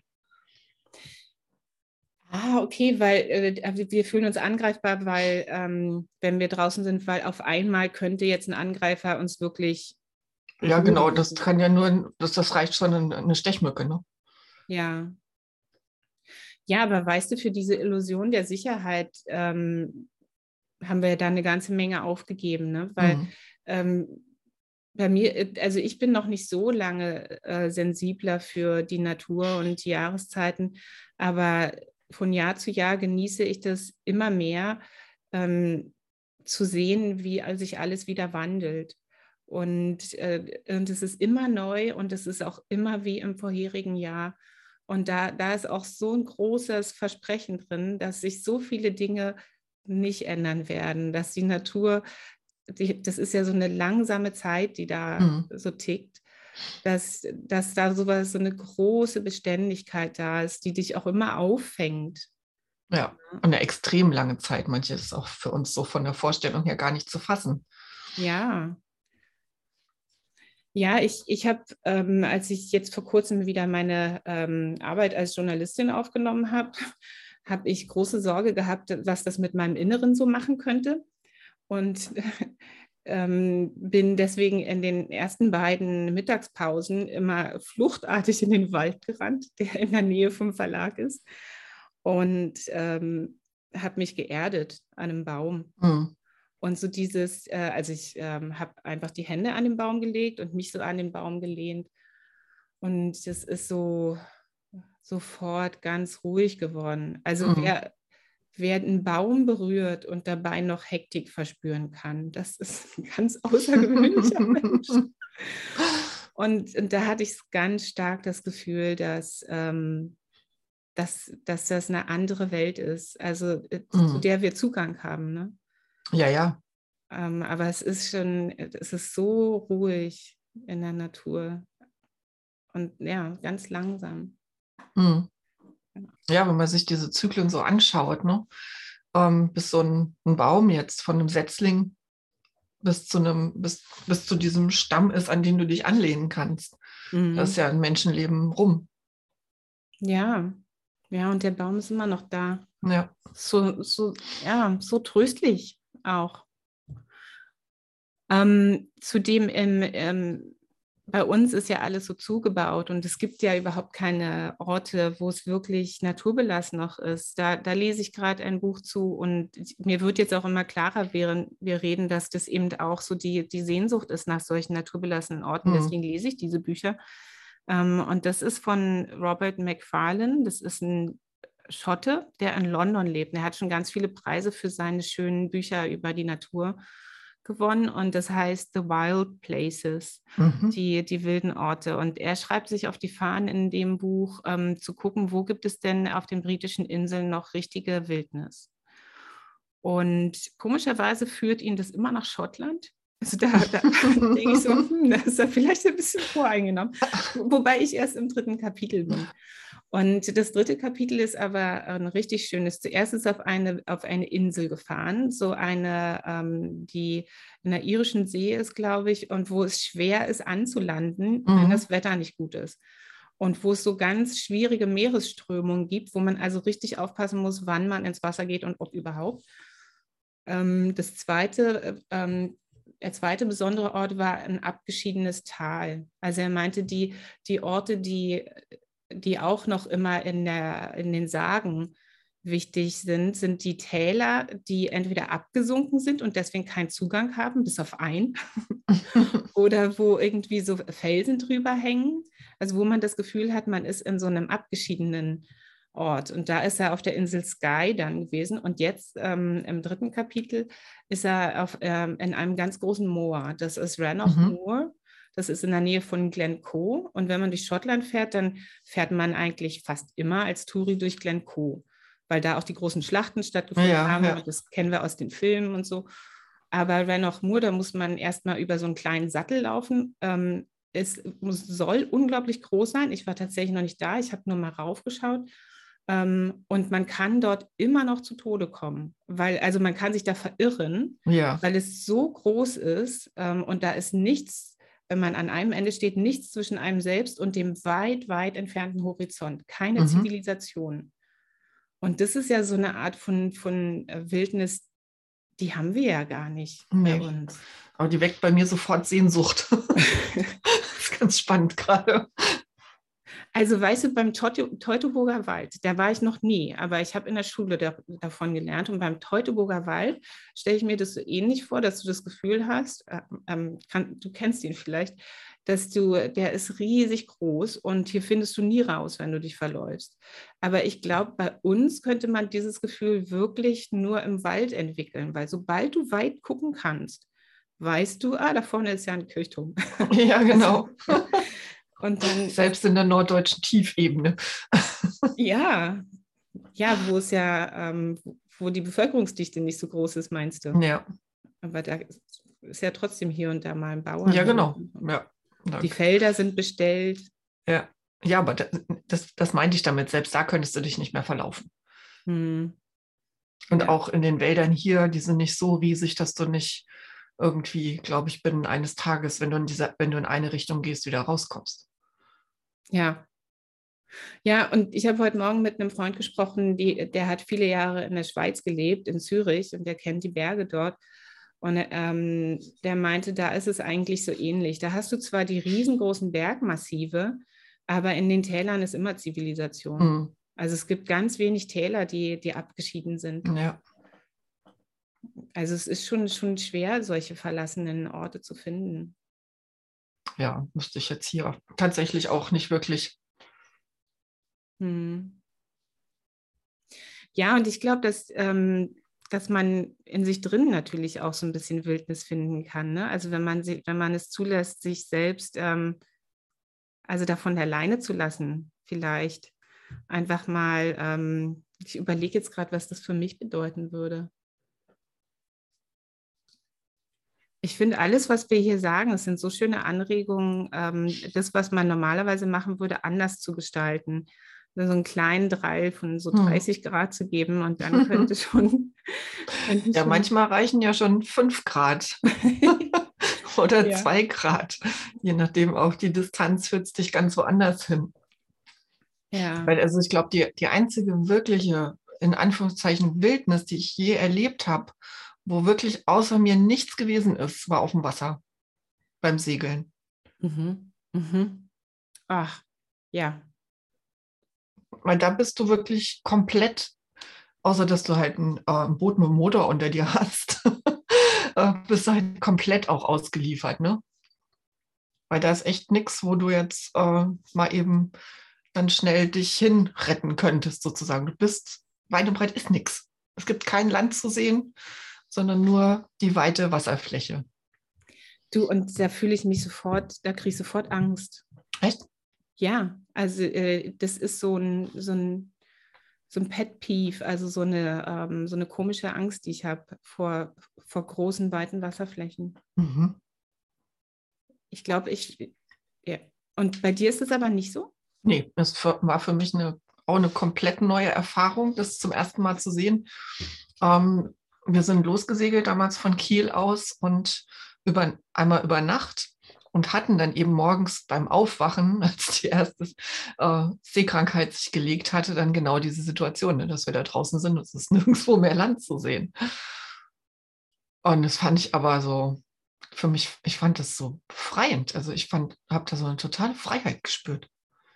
Ah, okay, weil äh, wir fühlen uns angreifbar, weil ähm, wenn wir draußen sind, weil auf einmal könnte jetzt ein Angreifer uns wirklich Ja, genau, das berühren. kann ja nur, das, das reicht schon eine, eine Stechmücke, ne? Ja. Ja, aber weißt du, für diese Illusion der Sicherheit ähm, haben wir da eine ganze Menge aufgegeben, ne? Weil Mhm. ähm, bei mir, äh, also ich bin noch nicht so lange äh, sensibler für die Natur und die Jahreszeiten, aber von Jahr zu Jahr genieße ich das immer mehr, ähm, zu sehen, wie sich alles wieder wandelt. Und, äh, und es ist immer neu und es ist auch immer wie im vorherigen Jahr. Und da, da ist auch so ein großes Versprechen drin, dass sich so viele Dinge nicht ändern werden, dass die Natur, die, das ist ja so eine langsame Zeit, die da Mhm. so tickt, dass, dass da sowas, so eine große Beständigkeit da ist, die dich auch immer auffängt. Ja, und eine extrem lange Zeit. Manches ist auch für uns so von der Vorstellung her gar nicht zu fassen. Ja, ja, ich, ich habe, ähm, als ich jetzt vor kurzem wieder meine ähm, Arbeit als Journalistin aufgenommen habe, habe ich große Sorge gehabt, was das mit meinem Inneren so machen könnte. Und ähm, bin deswegen in den ersten beiden Mittagspausen immer fluchtartig in den Wald gerannt, der in der Nähe vom Verlag ist. Und ähm, habe mich geerdet an einem Baum. Mhm. Und so dieses, äh, also ich ähm, habe einfach die Hände an den Baum gelegt und mich so an den Baum gelehnt. Und das ist so sofort ganz ruhig geworden. Also Mhm. wer, wer einen Baum berührt und dabei noch Hektik verspüren kann, das ist ein ganz außergewöhnlicher Mensch. Und, und da hatte ich ganz stark das Gefühl, dass, ähm, dass, dass das eine andere Welt ist, also äh, zu Mhm. der wir Zugang haben. Ne? Ja, ja. Ähm, aber es ist schon, es ist so ruhig in der Natur und ja, ganz langsam. Mhm. Ja, wenn man sich diese Zyklen so anschaut, ne? Ähm, bis so ein, ein Baum jetzt von einem Setzling bis zu einem, bis, bis zu diesem Stamm ist, an den du dich anlehnen kannst. Da ist Mhm. ja ein Menschenleben rum. Ja, ja, und der Baum ist immer noch da. Ja. So, so, ja, so tröstlich auch. Ähm, zudem im, ähm, bei uns ist ja alles so zugebaut und es gibt ja überhaupt keine Orte, wo es wirklich naturbelassen noch ist. Da, da lese ich gerade ein Buch zu und mir wird jetzt auch immer klarer, während wir reden, dass das eben auch so die, die Sehnsucht ist nach solchen naturbelassenen Orten. Mhm. Deswegen lese ich diese Bücher. Ähm, und das ist von Robert Macfarlane. Das ist ein Schotte, der in London lebt. Er hat schon ganz viele Preise für seine schönen Bücher über die Natur gewonnen und das heißt The Wild Places, Mhm. die, die wilden Orte. Und er schreibt sich auf die Fahnen in dem Buch, ähm, zu gucken, wo gibt es denn auf den britischen Inseln noch richtige Wildnis. Und komischerweise führt ihn das immer nach Schottland. Also da, da denke ich so, hm, da ist er vielleicht ein bisschen voreingenommen. Wobei ich erst im dritten Kapitel bin. Und das dritte Kapitel ist aber ein richtig schönes. Zuerst ist auf eine, auf eine Insel gefahren, so eine, ähm, die in der irischen See ist, glaube ich, und wo es schwer ist anzulanden, wenn Mhm. das Wetter nicht gut ist. Und wo es so ganz schwierige Meeresströmungen gibt, wo man also richtig aufpassen muss, wann man ins Wasser geht und ob überhaupt. Ähm, das zweite, ähm, der zweite besondere Ort war ein abgeschiedenes Tal. Also er meinte, die, die Orte, die, die auch noch immer in, der, in den Sagen wichtig sind, sind die Täler, die entweder abgesunken sind und deswegen keinen Zugang haben, bis auf einen, oder wo irgendwie so Felsen drüber hängen. Also wo man das Gefühl hat, man ist in so einem abgeschiedenen Ort. Und da ist er auf der Insel Skye dann gewesen. Und jetzt ähm, im dritten Kapitel ist er auf, ähm, in einem ganz großen Moor. Das ist Rannoch Mhm. Moor. Das ist in der Nähe von Glencoe. Und wenn man durch Schottland fährt, dann fährt man eigentlich fast immer als Touri durch Glencoe, weil da auch die großen Schlachten stattgefunden Ja, haben. ja. Und das kennen wir aus den Filmen und so. Aber Rannoch Moor, da muss man erstmal über so einen kleinen Sattel laufen. Ähm, es muss, soll unglaublich groß sein. Ich war tatsächlich noch nicht da, ich habe nur mal raufgeschaut. Ähm, und man kann dort immer noch zu Tode kommen, weil, also man kann sich da verirren, Ja. weil es so groß ist ähm, und da ist nichts, wenn man an einem Ende steht, nichts zwischen einem selbst und dem weit, weit entfernten Horizont. Keine Mhm. Zivilisation. Und das ist ja so eine Art von, von äh, Wildnis, die haben wir ja gar nicht bei Nee. uns. Aber die weckt bei mir sofort Sehnsucht. Das ist ganz spannend gerade. Also weißt du, beim Teute- Teutoburger Wald, da war ich noch nie, aber ich habe in der Schule da, davon gelernt. Und beim Teutoburger Wald stelle ich mir das so ähnlich vor, dass du das Gefühl hast, äh, ähm, kann, du kennst ihn vielleicht, dass du, der ist riesig groß und hier findest du nie raus, wenn du dich verläufst. Aber ich glaube, bei uns könnte man dieses Gefühl wirklich nur im Wald entwickeln, weil sobald du weit gucken kannst, weißt du, ah, da vorne ist ja ein Kirchturm. Ja, genau. Und dann, Selbst in der norddeutschen Tiefebene. ja, ja, wo es ja, ähm, wo die Bevölkerungsdichte nicht so groß ist, meinst du? Ja, Aber da ist ja trotzdem hier und da mal ein ja, Bauernhof. genau. Ja, Die Felder sind bestellt. ja. Ja, aber das, das, das meinte ich damit. Selbst da könntest du dich nicht mehr verlaufen. Hm, Und ja. auch in den Wäldern hier, die sind nicht so riesig, dass du nicht irgendwie, glaube ich, binnen eines Tages, wenn du in dieser, wenn du in eine Richtung gehst, wieder rauskommst. Ja. Ja, und ich habe heute Morgen mit einem Freund gesprochen, die, der hat viele Jahre in der Schweiz gelebt, in Zürich, und der kennt die Berge dort. Und ähm, der meinte, da ist es eigentlich so ähnlich. Da hast du zwar die riesengroßen Bergmassive, aber in den Tälern ist immer Zivilisation. Hm. Also es gibt ganz wenig Täler, die, die abgeschieden sind. Ja. Also es ist schon, schon schwer, solche verlassenen Orte zu finden. Ja, müsste ich jetzt hier tatsächlich auch nicht wirklich. Hm. Ja, und ich glaube, dass, ähm, dass man in sich drin natürlich auch so ein bisschen Wildnis finden kann. Ne? Also wenn man, si- wenn man es zulässt, sich selbst ähm, also davon alleine zu lassen, vielleicht einfach mal, ähm, ich überlege jetzt gerade, was das für mich bedeuten würde. Ich finde, alles, was wir hier sagen, es sind so schöne Anregungen, ähm, das, was man normalerweise machen würde, anders zu gestalten. So einen kleinen Drall von so Hm. dreißig Grad zu geben und dann könnte schon. Könnte Ja, schon manchmal reichen ja schon fünf Grad oder ja. zwei Grad. Je nachdem, auch die Distanz führt dich ganz woanders hin. Ja. Weil also ich glaube, die, die einzige wirkliche, in Anführungszeichen, Wildnis, die ich je erlebt habe, wo wirklich außer mir nichts gewesen ist, war auf dem Wasser beim Segeln. Mhm. Mhm. Ach, ja. Weil da bist du wirklich komplett, außer dass du halt ein, äh, ein Boot mit einem Motor unter dir hast, äh, bist du halt komplett auch ausgeliefert, ne? Weil da ist echt nichts, wo du jetzt äh, mal eben dann schnell dich hin retten könntest, sozusagen. Du bist, weit und breit ist nichts. Es gibt kein Land zu sehen, sondern nur die weite Wasserfläche. Du, und da fühle ich mich sofort, da kriege ich sofort Angst. Echt? Ja, also äh, das ist so ein, so ein, so ein Pet Peeve, also so eine, ähm, so eine komische Angst, die ich habe vor, vor großen, weiten Wasserflächen. Mhm. Ich glaube, ich, ja. Und bei dir ist es aber nicht so? Nee, das für, war für mich eine, auch eine komplett neue Erfahrung, das zum ersten Mal zu sehen. Ähm, wir sind losgesegelt damals von Kiel aus und über, einmal über Nacht und hatten dann eben morgens beim Aufwachen, als die erste äh, Seekrankheit sich gelegt hatte, dann genau diese Situation, ne, dass wir da draußen sind und es ist nirgendwo mehr Land zu sehen. Und das fand ich aber so, für mich, ich fand das so befreiend. Also ich fand, habe da so eine totale Freiheit gespürt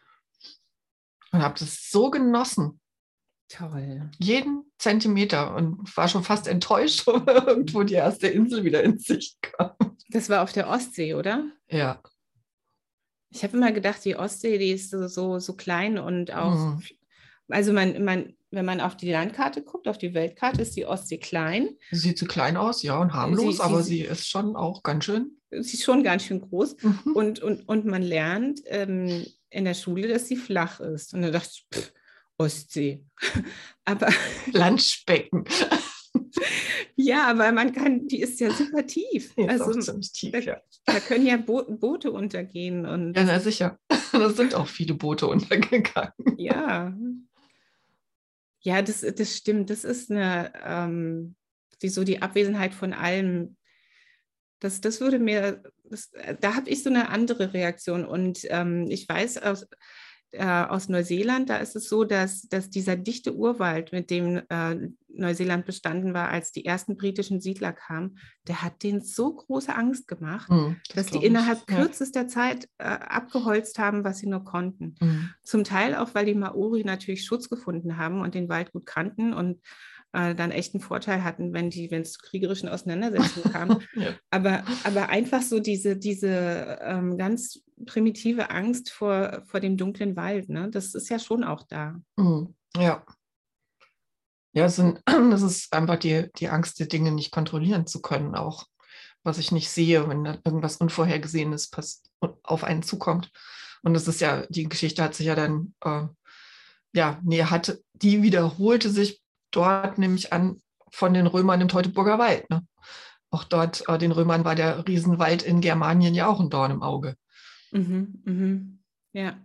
und habe das so genossen. Toll. Jeden Zentimeter und war schon fast enttäuscht, wenn irgendwo die erste Insel wieder in Sicht kam. Das war auf der Ostsee, oder? Ja. Ich habe immer gedacht, die Ostsee, die ist so, so, so klein und auch, Hm. also man, man, wenn man auf die Landkarte guckt, auf die Weltkarte, ist die Ostsee klein. Sie sieht so klein aus, ja, und Sie, harmlos, sie, aber sie ist schon auch ganz schön. sie ist schon ganz schön groß. Mhm. Und, und, und man lernt ähm, in der Schule, dass sie flach ist. Und dann dachte ich, pff, Ostsee. Aber Planschbecken. Ja, aber man kann, die ist ja super tief. Die ist also auch ziemlich tief, da, ja. da können ja Bo Boote untergehen. Und Ja, na sicher. Da sind auch viele Boote untergegangen. ja, ja, das, das stimmt. Das ist eine, ähm, die, so die Abwesenheit von allem. Das, das würde mir, das, da habe ich so eine andere Reaktion. Und ähm, ich weiß aus, äh, aus Neuseeland, da ist es so, dass, dass dieser dichte Urwald, mit dem äh, Neuseeland bestanden war, als die ersten britischen Siedler kamen, der hat denen so große Angst gemacht, Hm, das dass die glaube ich. innerhalb Ja. kürzester Zeit äh, abgeholzt haben, was sie nur konnten. Hm. Zum Teil auch, weil die Maori natürlich Schutz gefunden haben und den Wald gut kannten und äh, dann echt einen Vorteil hatten, wenn die, wenn es zu kriegerischen Auseinandersetzungen kam. Ja. Aber, aber einfach so diese, diese ähm, ganz primitive Angst vor, vor dem dunklen Wald, ne? Das ist ja schon auch da. Hm. Ja. Ja, es sind, das ist einfach die, die Angst, die Dinge nicht kontrollieren zu können, auch was ich nicht sehe, wenn da irgendwas Unvorhergesehenes pass auf einen zukommt. Und das ist ja, die Geschichte hat sich ja dann, äh, ja, nee, hatte, die wiederholte sich dort, nehme ich an, von den Römern im Teutoburger Wald. Ne? Auch dort, äh, den Römern war der Riesenwald in Germanien ja auch ein Dorn im Auge. Mhm, mhm. Ja.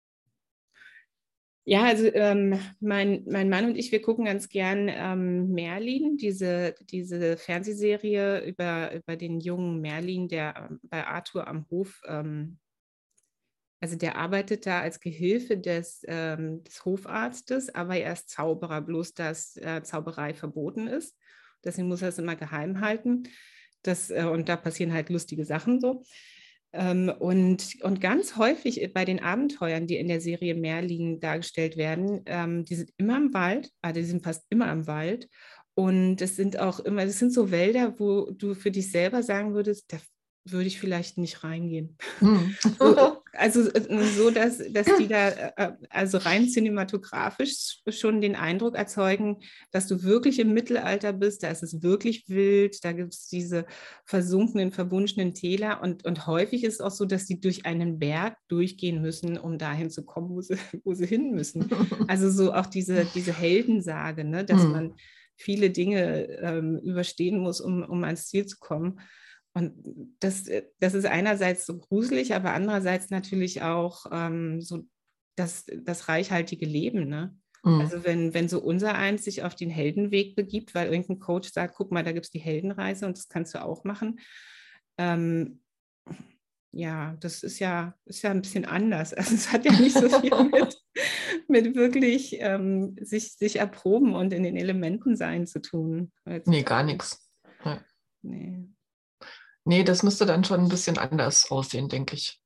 Ja, also ähm, mein, mein Mann und ich, wir gucken ganz gern ähm, Merlin, diese, diese Fernsehserie über, über den jungen Merlin, der ähm, bei Arthur am Hof, ähm, also der arbeitet da als Gehilfe des, ähm, des Hofarztes, aber er ist Zauberer, bloß dass äh, Zauberei verboten ist. Deswegen muss er es immer geheim halten. Das, äh, und da passieren halt lustige Sachen so. Ähm, und, und ganz häufig bei den Abenteuern, die in der Serie Merlin dargestellt werden, ähm, die sind immer im Wald, also die sind fast immer im Wald. Und es sind auch immer, das sind so Wälder, wo du für dich selber sagen würdest, da würde ich vielleicht nicht reingehen. Hm. So, also so, dass, dass die da äh, also rein cinematografisch schon den Eindruck erzeugen, dass du wirklich im Mittelalter bist, da ist es wirklich wild, da gibt es diese versunkenen, verwunschenen Täler und, und häufig ist es auch so, dass die durch einen Berg durchgehen müssen, um dahin zu kommen, wo sie, wo sie hin müssen. Also so auch diese, diese Heldensage, ne, dass Hm. man viele Dinge ähm, überstehen muss, um, um ans Ziel zu kommen. Und das, das ist einerseits so gruselig, aber andererseits natürlich auch ähm, so das, das reichhaltige Leben. Ne? Hm. Also wenn, wenn so unser eins sich auf den Heldenweg begibt, weil irgendein Coach sagt, guck mal, da gibt es die Heldenreise und das kannst du auch machen. Ähm, ja, das ist ja, ist ja ein bisschen anders. Also es hat ja nicht so viel mit, mit wirklich ähm, sich, sich erproben und in den Elementen sein zu tun. Nee, gar nichts. Ja. Nee. Nee, das müsste dann schon ein bisschen anders aussehen, denke ich.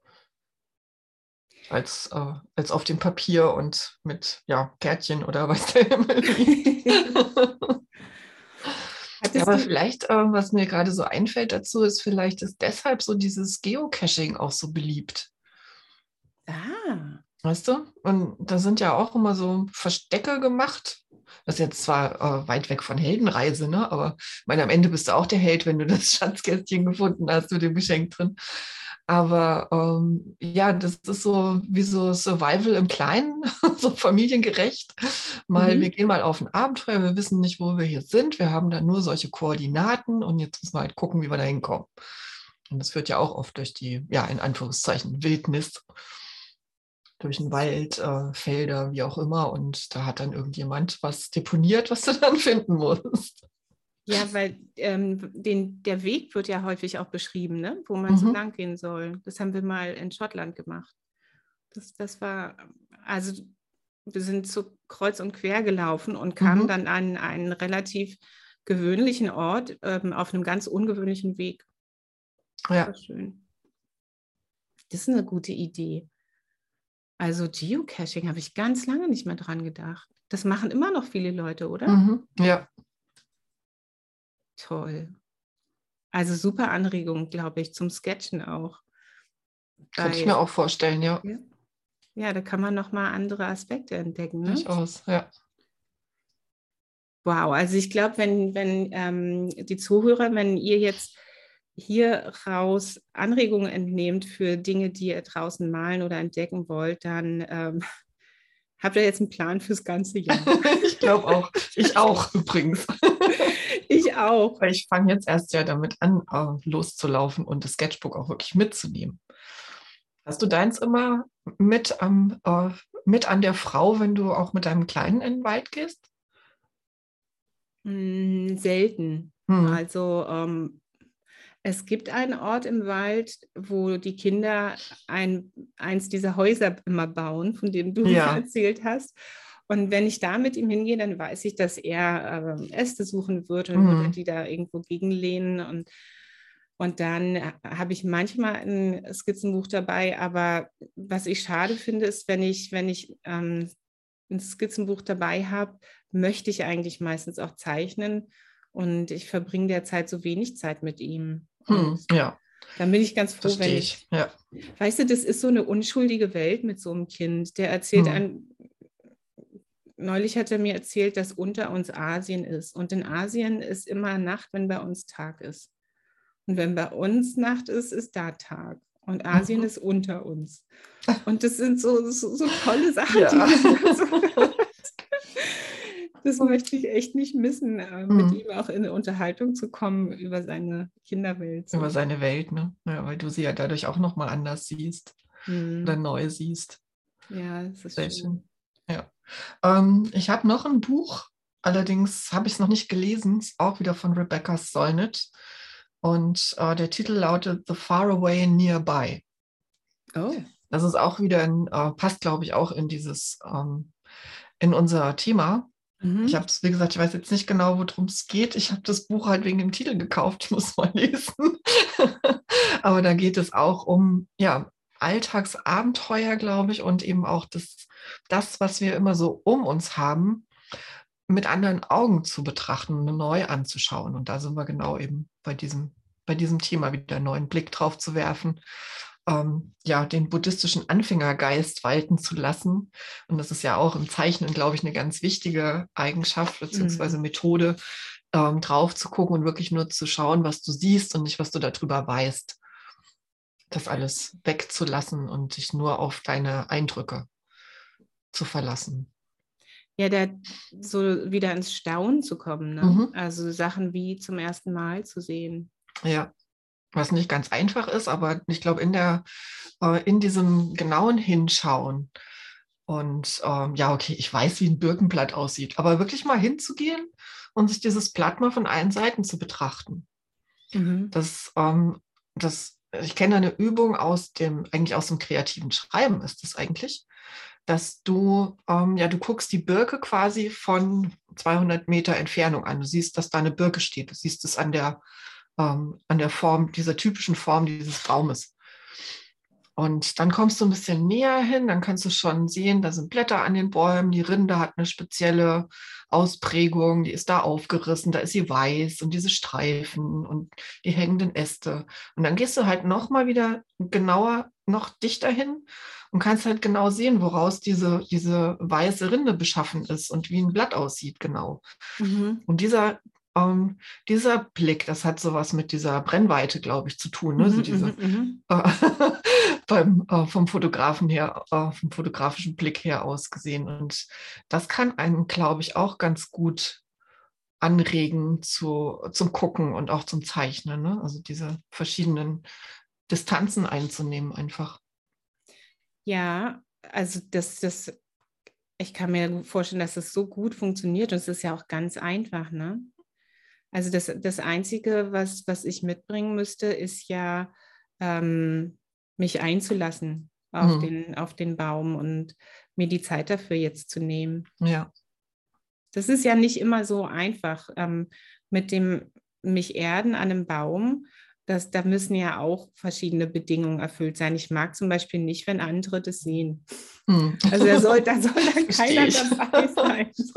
Als, äh, als auf dem Papier und mit ja, Kärtchen oder was der Himmel liegt. Ja, aber vielleicht, äh, was mir gerade so einfällt dazu, ist vielleicht, ist deshalb so dieses Geocaching auch so beliebt. Ah. Weißt du? Und da sind ja auch immer so Verstecke gemacht. Das ist jetzt zwar äh, weit weg von Heldenreise, ne? Aber ich meine, am Ende bist du auch der Held, wenn du das Schatzkästchen gefunden hast mit dem Geschenk drin. Aber ähm, ja, das ist so wie so Survival im Kleinen, so familiengerecht. Mal, Mhm. wir gehen mal auf ein Abenteuer, wir wissen nicht, wo wir hier sind. Wir haben dann nur solche Koordinaten und jetzt müssen wir halt gucken, wie wir da hinkommen. Und das führt ja auch oft durch die, ja, in Anführungszeichen, Wildnis, durch den Wald, äh, Felder, wie auch immer. Und da hat dann irgendjemand was deponiert, was du dann finden musst. Ja, weil ähm, den, der Weg wird ja häufig auch beschrieben, ne? Wo man Mhm. so lang gehen soll. Das haben wir mal in Schottland gemacht. Das, das war, also wir sind so kreuz und quer gelaufen und kamen Mhm. dann an einen relativ gewöhnlichen Ort ähm, auf einem ganz ungewöhnlichen Weg. Das Ja. war schön. Das ist eine gute Idee. Also Geocaching habe ich ganz lange nicht mehr dran gedacht. Das machen immer noch viele Leute, oder? Mhm. Ja. Toll. Also super Anregung, glaube ich, zum Sketchen auch. Könnte ich Bei, mir auch vorstellen, ja. ja. Ja, da kann man nochmal andere Aspekte entdecken. Ne? Durchaus, ja. Wow, also ich glaube, wenn, wenn ähm, die Zuhörer, wenn ihr jetzt hier raus Anregungen entnehmt für Dinge, die ihr draußen malen oder entdecken wollt, dann ähm, habt ihr jetzt einen Plan fürs ganze Jahr. Ich glaube auch. Ich auch übrigens. Ich auch. Weil ich fange jetzt erst ja damit an, äh, loszulaufen und das Sketchbook auch wirklich mitzunehmen. Hast du deins immer mit, am, äh, mit an der Frau, wenn du auch mit deinem Kleinen in den Wald gehst? Mm, selten. Hm. Also ähm, es gibt einen Ort im Wald, wo die Kinder ein, eins dieser Häuser immer bauen, von dem du mir Ja. erzählt hast. Und wenn ich da mit ihm hingehe, dann weiß ich, dass er äh, Äste suchen wird und dann wird er Hm. die da irgendwo gegenlehnen. Und, und dann äh, habe ich manchmal ein Skizzenbuch dabei. Aber was ich schade finde, ist, wenn ich, wenn ich ähm, ein Skizzenbuch dabei habe, möchte ich eigentlich meistens auch zeichnen. Und ich verbringe derzeit so wenig Zeit mit ihm. Und Hm. Ja, dann bin ich ganz froh, wenn verstehe ich. ich, Ja. weißt du, das ist so eine unschuldige Welt mit so einem Kind. Der erzählt Hm. ein, neulich hat er mir erzählt, dass unter uns Asien ist. Und in Asien ist immer Nacht, wenn bei uns Tag ist. Und wenn bei uns Nacht ist, ist da Tag. Und Asien Mhm. ist unter uns. Und das sind so, so, so tolle Sachen, die Ja. man da so hört. Das möchte ich echt nicht missen, äh, mit Hm. ihm auch in eine Unterhaltung zu kommen über seine Kinderwelt. Über So. seine Welt, ne? Ja, weil du sie ja dadurch auch nochmal anders siehst oder Hm. neu siehst. Ja, das ist Sehr schön. schön. Ja. Ähm, ich habe noch ein Buch, allerdings habe ich es noch nicht gelesen, ist auch wieder von Rebecca Solnit. Und äh, der Titel lautet The Faraway Nearby. Oh. Das ist auch wieder ein, äh, passt, glaube ich, auch in dieses, ähm, in unser Thema. Ich Mhm. habe es, wie gesagt, ich weiß jetzt nicht genau, worum es geht. Ich habe das Buch halt wegen dem Titel gekauft. Ich muss mal lesen. Aber da geht es auch um, ja, Alltagsabenteuer, glaube ich, und eben auch das, das, was wir immer so um uns haben, mit anderen Augen zu betrachten, neu anzuschauen. Und da sind wir genau eben bei diesem, bei diesem Thema wieder einen neuen Blick drauf zu werfen, ähm, ja, den buddhistischen Anfängergeist walten zu lassen. Und das ist ja auch im Zeichnen, glaube ich, eine ganz wichtige Eigenschaft bzw. Mhm. Methode, ähm, drauf zu gucken und wirklich nur zu schauen, was du siehst und nicht, was du darüber weißt. Das alles wegzulassen und dich nur auf deine Eindrücke zu verlassen. Ja, da so wieder ins Staunen zu kommen, ne? Mhm. Also Sachen wie zum ersten Mal zu sehen. Ja, was nicht ganz einfach ist, aber ich glaube, in der, äh, in diesem genauen Hinschauen und ähm, ja, okay, ich weiß, wie ein Birkenblatt aussieht, aber wirklich mal hinzugehen und sich dieses Blatt mal von allen Seiten zu betrachten. Mhm. Das, ähm, das, ich kenne eine Übung aus dem, eigentlich aus dem kreativen Schreiben ist das eigentlich, dass du, ähm, ja, du guckst die Birke quasi von zweihundert Meter Entfernung an. Du siehst, dass da eine Birke steht. Du siehst es an der, ähm, an der Form, dieser typischen Form dieses Baumes. Und dann kommst du ein bisschen näher hin, dann kannst du schon sehen, da sind Blätter an den Bäumen, die Rinde hat eine spezielle Ausprägung, die ist da aufgerissen, da ist sie weiß und diese Streifen und die hängenden Äste. Und dann gehst du halt nochmal wieder genauer, noch dichter hin und kannst halt genau sehen, woraus diese, diese weiße Rinde beschaffen ist und wie ein Blatt aussieht, genau. Mhm. Und dieser, ähm, dieser Blick, das hat sowas mit dieser Brennweite, glaube ich, zu tun, ne? Mhm. Also Mhm. diese Mhm. äh, beim, äh, vom Fotografen her, äh, vom fotografischen Blick her aus gesehen. Und das kann einen, glaube ich, auch ganz gut anregen zu, zum Gucken und auch zum Zeichnen. Ne? Also diese verschiedenen Distanzen einzunehmen einfach. Ja, also das, das, ich kann mir vorstellen, dass es so gut funktioniert und es ist ja auch ganz einfach, ne? Also das, das Einzige, was, was ich mitbringen müsste, ist ja, ähm, mich einzulassen auf Hm. den, auf den Baum und mir die Zeit dafür jetzt zu nehmen. Ja. Das ist ja nicht immer so einfach, ähm, mit dem mich erden an einem Baum. Das, da müssen ja auch verschiedene Bedingungen erfüllt sein. Ich mag zum Beispiel nicht, wenn andere das sehen. Hm. Also da soll, da soll dann Verstehe keiner ich. dabei sein. So.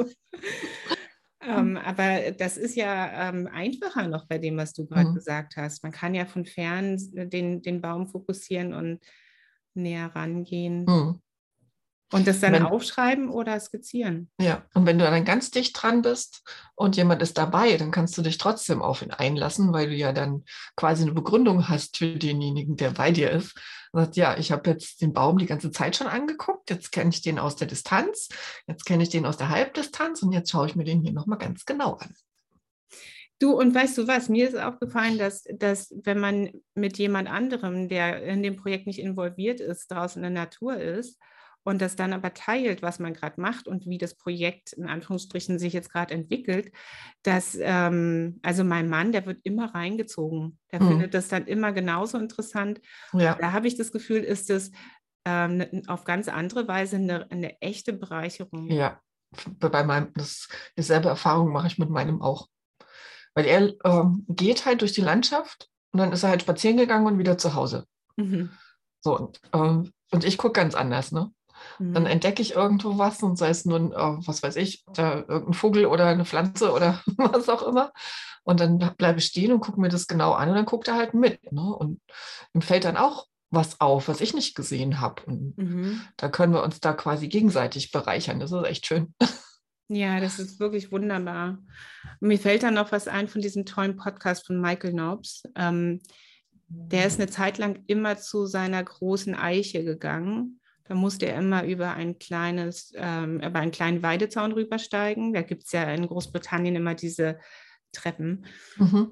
Ähm, aber das ist ja ähm, einfacher noch bei dem, was du gerade Hm. gesagt hast. Man kann ja von fern den, den Baum fokussieren und näher rangehen Hm. und das dann Wenn, aufschreiben oder skizzieren. Ja, und wenn du dann ganz dicht dran bist und jemand ist dabei, dann kannst du dich trotzdem auf ihn einlassen, weil du ja dann quasi eine Begründung hast für denjenigen, der bei dir ist. Und sagt, ja, ich habe jetzt den Baum die ganze Zeit schon angeguckt, jetzt kenne ich den aus der Distanz, jetzt kenne ich den aus der Halbdistanz und jetzt schaue ich mir den hier nochmal ganz genau an. Du, und weißt du was, mir ist aufgefallen, dass, dass wenn man mit jemand anderem, der in dem Projekt nicht involviert ist, draußen in der Natur ist und das dann aber teilt, was man gerade macht und wie das Projekt in Anführungsstrichen sich jetzt gerade entwickelt, dass, ähm, also mein Mann, der wird immer reingezogen. Der Hm. findet das dann immer genauso interessant. Und Ja, da habe ich das Gefühl, ist es ähm, ne- auf ganz andere Weise eine, eine echte Bereicherung. ja. Bei meinem, das, dieselbe Erfahrung mache ich mit meinem auch. Weil er ähm, geht halt durch die Landschaft und dann ist er halt spazieren gegangen und wieder zu Hause. Mhm. So, und, ähm, und ich gucke ganz anders, ne? Dann Mhm. entdecke ich irgendwo was und sei es nun, äh, was weiß ich, da irgendein Vogel oder eine Pflanze oder was auch immer. Und dann bleibe ich stehen und gucke mir das genau an und dann guckt er halt mit. Ne? Und ihm fällt dann auch was auf, was ich nicht gesehen habe. Und Mhm. da können wir uns da quasi gegenseitig bereichern. Das ist echt schön. Ja, das ist wirklich wunderbar. Und mir fällt dann noch was ein von diesem tollen Podcast von Michael Knobs. Ähm, der ist eine Zeit lang immer zu seiner großen Eiche gegangen. Da musste er immer über ein kleines, ähm, über einen kleinen Weidezaun rübersteigen. Da gibt es ja in Großbritannien immer diese Treppen. Mhm.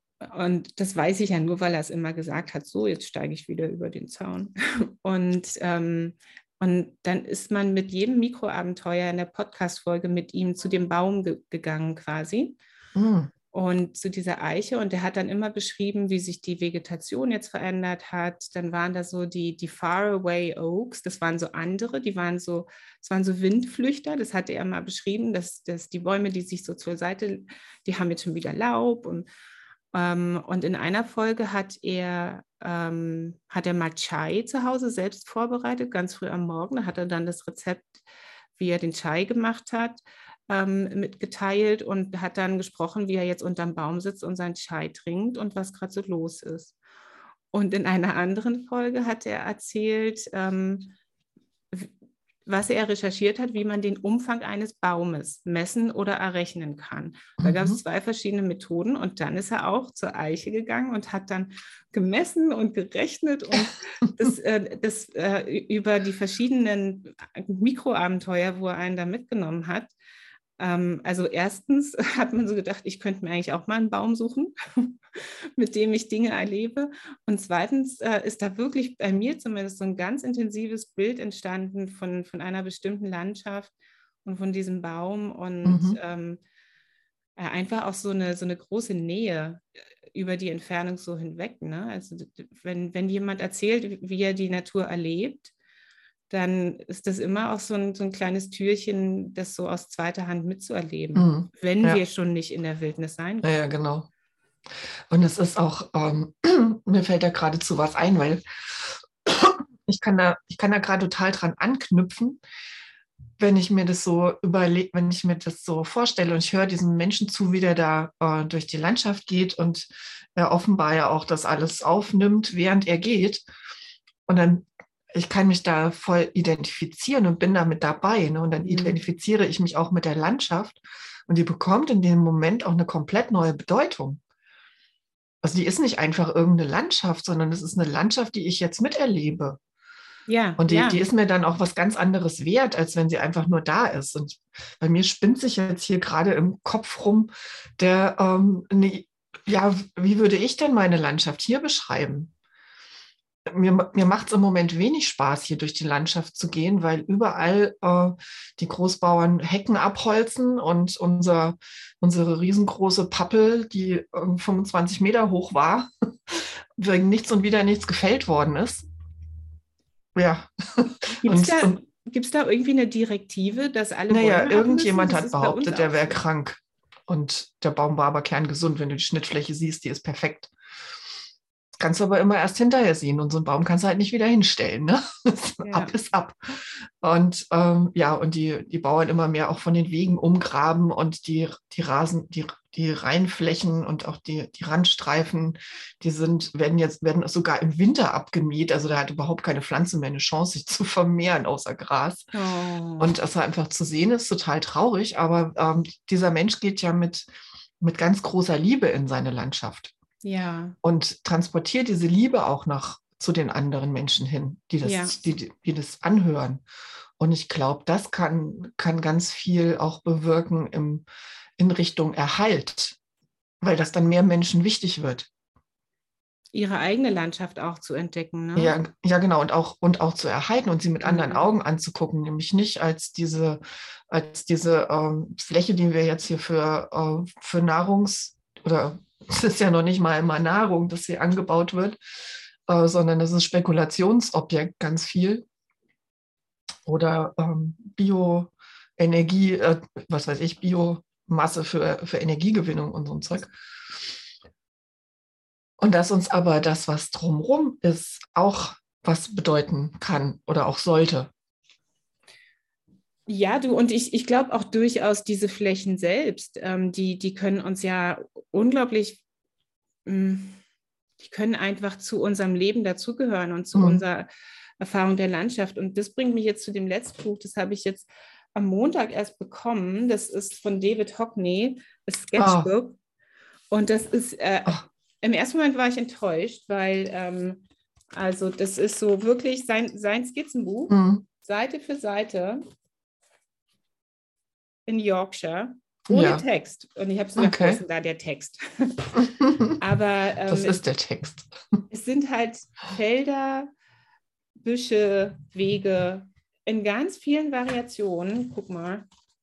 Und das weiß ich ja nur, weil er es immer gesagt hat, so, jetzt steige ich wieder über den Zaun. Und, ähm, und dann ist man mit jedem Mikroabenteuer in der Podcast-Folge mit ihm zu dem Baum ge gegangen quasi Mhm. und zu dieser Eiche. Und er hat dann immer beschrieben, wie sich die Vegetation jetzt verändert hat. Dann waren da so die, die Faraway Oaks, das waren so andere, die waren so, das waren so Windflüchter, das hatte er mal beschrieben, dass, dass die Bäume, die sich so zur Seite, die haben jetzt schon wieder Laub und ähm, und in einer Folge hat er, ähm, hat er mal Chai zu Hause selbst vorbereitet, ganz früh am Morgen. Da hat er dann das Rezept, wie er den Chai gemacht hat, ähm, mitgeteilt und hat dann gesprochen, wie er jetzt unterm Baum sitzt und seinen Chai trinkt und was gerade so los ist. Und in einer anderen Folge hat er erzählt, ähm, was er recherchiert hat, wie man den Umfang eines Baumes messen oder errechnen kann. Da gab es Mhm. zwei verschiedene Methoden und dann ist er auch zur Eiche gegangen und hat dann gemessen und gerechnet und das, äh, das äh, über die verschiedenen Mikroabenteuer, wo er einen da mitgenommen hat. Ähm, also erstens hat man so gedacht, ich könnte mir eigentlich auch mal einen Baum suchen, mit dem ich Dinge erlebe. Und zweitens äh, ist da wirklich bei mir zumindest so ein ganz intensives Bild entstanden von, von einer bestimmten Landschaft und von diesem Baum und Mhm. ähm, äh, einfach auch so eine, so eine große Nähe äh, über die Entfernung so hinweg. Ne? Also wenn, wenn jemand erzählt, wie er die Natur erlebt, dann ist das immer auch so ein, so ein kleines Türchen, das so aus zweiter Hand mitzuerleben, Mhm. wenn wir Ja, schon nicht in der Wildnis sein ja, können. ja, genau. Und es ist auch, ähm, mir fällt da geradezu was ein, weil ich kann da, ich kann da gerade total dran anknüpfen, wenn ich mir das so überlege, wenn ich mir das so vorstelle und ich höre diesem Menschen zu, wie der da äh, durch die Landschaft geht und er offenbar ja auch das alles aufnimmt, während er geht. Und dann, ich kann mich da voll identifizieren und bin da mit dabei. Ne? Und dann Mhm. identifiziere ich mich auch mit der Landschaft und die bekommt in dem Moment auch eine komplett neue Bedeutung. Also die ist nicht einfach irgendeine Landschaft, sondern es ist eine Landschaft, die ich jetzt miterlebe. Ja, Und die, die ja. ist mir dann auch was ganz anderes wert, als wenn sie einfach nur da ist. Und bei mir spinnt sich jetzt hier gerade im Kopf rum, der, ähm, ne, ja, wie würde ich denn meine Landschaft hier beschreiben? Mir, mir macht es im Moment wenig Spaß, hier durch die Landschaft zu gehen, weil überall äh, die Großbauern Hecken abholzen und unser, unsere riesengroße Pappel, die äh, fünfundzwanzig Meter hoch war, wegen nichts und wieder nichts gefällt worden ist. Ja, Gibt es und, da, und gibt's da irgendwie eine Direktive, dass alle naja, Bäume ab müssen? irgendjemand Das hat ist bei uns behauptet, der auch wäre so. krank. Und der Baum war aber kerngesund. Wenn du die Schnittfläche siehst, die ist perfekt. Kannst du aber immer erst hinterher sehen. Und so einen Baum kannst du halt nicht wieder hinstellen. Ne? Ab Ja. ist ab. Und ähm, ja, und die, die Bauern immer mehr auch von den Wegen umgraben und die, die Rasen, die, die Reinflächen und auch die, die Randstreifen, die sind, werden jetzt, werden sogar im Winter abgemäht. Also da hat überhaupt keine Pflanze mehr eine Chance, sich zu vermehren, außer Gras. Oh, Und das einfach zu sehen ist total traurig. Aber ähm, dieser Mensch geht ja mit, mit ganz großer Liebe in seine Landschaft ja, und transportiert diese Liebe auch nach zu den anderen Menschen hin, die ja, das, die, die, die das anhören. Und ich glaube, das kann, kann ganz viel auch bewirken im, in Richtung Erhalt. weil das dann mehr Menschen wichtig wird. Ihre eigene Landschaft auch zu entdecken, ne? Ja, ja, genau, und auch, und auch zu erhalten und sie mit anderen Mhm. Augen anzugucken, nämlich nicht als diese, als diese ähm, Fläche, die wir jetzt hier für, äh, für Nahrungs- oder es ist ja noch nicht mal immer Nahrung, das hier angebaut wird, äh, sondern das ist Spekulationsobjekt ganz viel. Oder ähm, Bioenergie, äh, was weiß ich, Biomasse für, für Energiegewinnung und so ein Zeug. Und dass uns aber das, was drumherum ist, auch was bedeuten kann oder auch sollte. Ja, du, und ich, ich glaube auch durchaus diese Flächen selbst, ähm, die, die können uns ja unglaublich, mh, die können einfach zu unserem Leben dazugehören und zu Mhm. unserer Erfahrung der Landschaft. Und das bringt mich jetzt zu dem letzten Buch, das habe ich jetzt am Montag erst bekommen. Das ist von David Hockney, A Ah, Sketchbook. Und das ist, äh, ach, im ersten Moment war ich enttäuscht, weil, ähm, also das ist so wirklich sein, sein Skizzenbuch, mhm. Seite für Seite in Yorkshire, ohne Ja, Text. Und ich habe so gedacht, wo ist okay. denn da der Text? Aber Das ähm, ist der Text. es sind halt Felder, Büsche, Wege in ganz vielen Variationen. Guck mal.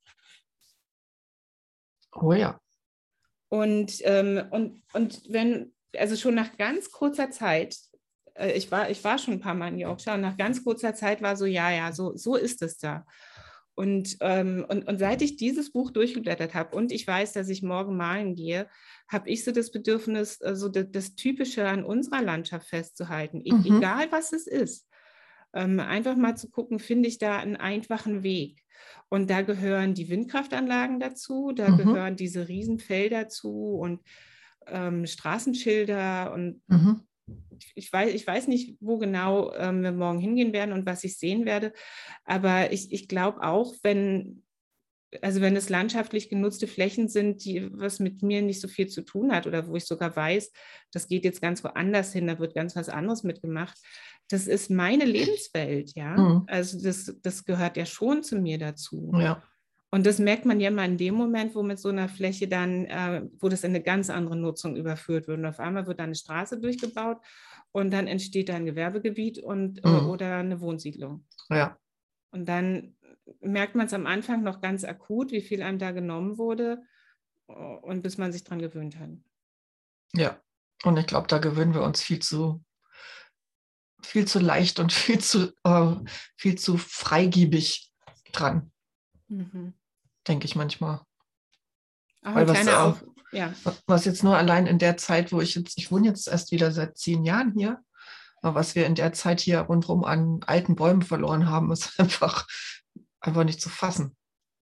Oh ja. Und, ähm, und, und wenn, also schon nach ganz kurzer Zeit, äh, ich, war, ich war schon ein paar Mal in Yorkshire, und nach ganz kurzer Zeit war so, ja, ja, so, so ist es da. Und, ähm, und, und seit ich dieses Buch durchgeblättert habe und ich weiß, dass ich morgen malen gehe, habe ich so das Bedürfnis, äh, so das, das Typische an unserer Landschaft festzuhalten, e Mhm. egal was es ist. Ähm, einfach mal zu gucken, finde ich da einen einfachen Weg. Und da gehören die Windkraftanlagen dazu, da Mhm. gehören diese Riesenfelder zu und ähm, Straßenschilder. Und Mhm. ich weiß, ich weiß nicht, wo genau ähm, wir morgen hingehen werden und was ich sehen werde. Aber ich, ich glaube auch, wenn, also wenn es landschaftlich genutzte Flächen sind, die was mit mir nicht so viel zu tun hat oder wo ich sogar weiß, das geht jetzt ganz woanders hin, da wird ganz was anderes mitgemacht. Das ist meine Lebenswelt, ja. Mhm. Also das, das gehört ja schon zu mir dazu. Ja. Und das merkt man ja mal in dem Moment, wo mit so einer Fläche dann, äh, wo das in eine ganz andere Nutzung überführt wird. Und auf einmal wird da eine Straße durchgebaut und dann entsteht da ein Gewerbegebiet und, äh, Mhm. oder eine Wohnsiedlung. Ja. Und dann merkt man es am Anfang noch ganz akut, wie viel einem da genommen wurde und bis man sich dran gewöhnt hat. Ja. Und ich glaube, da gewöhnen wir uns viel zu, viel zu leicht und viel zu, äh, viel zu freigiebig dran, Mhm. denke ich manchmal. Auch ein Weil was, kleiner äh, Auf, ja. was jetzt nur allein in der Zeit, wo ich jetzt, ich wohne jetzt erst wieder seit zehn Jahren hier, aber was wir in der Zeit hier rundherum an alten Bäumen verloren haben, ist einfach, einfach nicht zu fassen.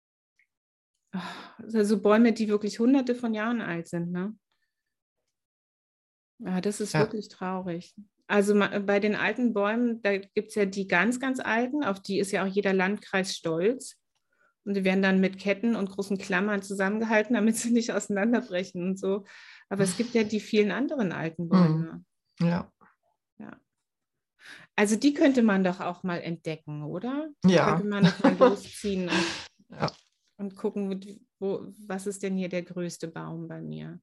Also Bäume, die wirklich hunderte von Jahren alt sind, ne? Ja, das ist Ja. wirklich traurig. Also bei den alten Bäumen, da gibt es ja die ganz, ganz alten, auf die ist ja auch jeder Landkreis stolz. Und die werden dann mit Ketten und großen Klammern zusammengehalten, damit sie nicht auseinanderbrechen und so. Aber es gibt ja die vielen anderen alten Hm. Bäume. Ja. Ja. Also die könnte man doch auch mal entdecken, oder? Könnte Ja. man doch mal losziehen und, Ja. und gucken, wo, was ist denn hier der größte Baum bei mir?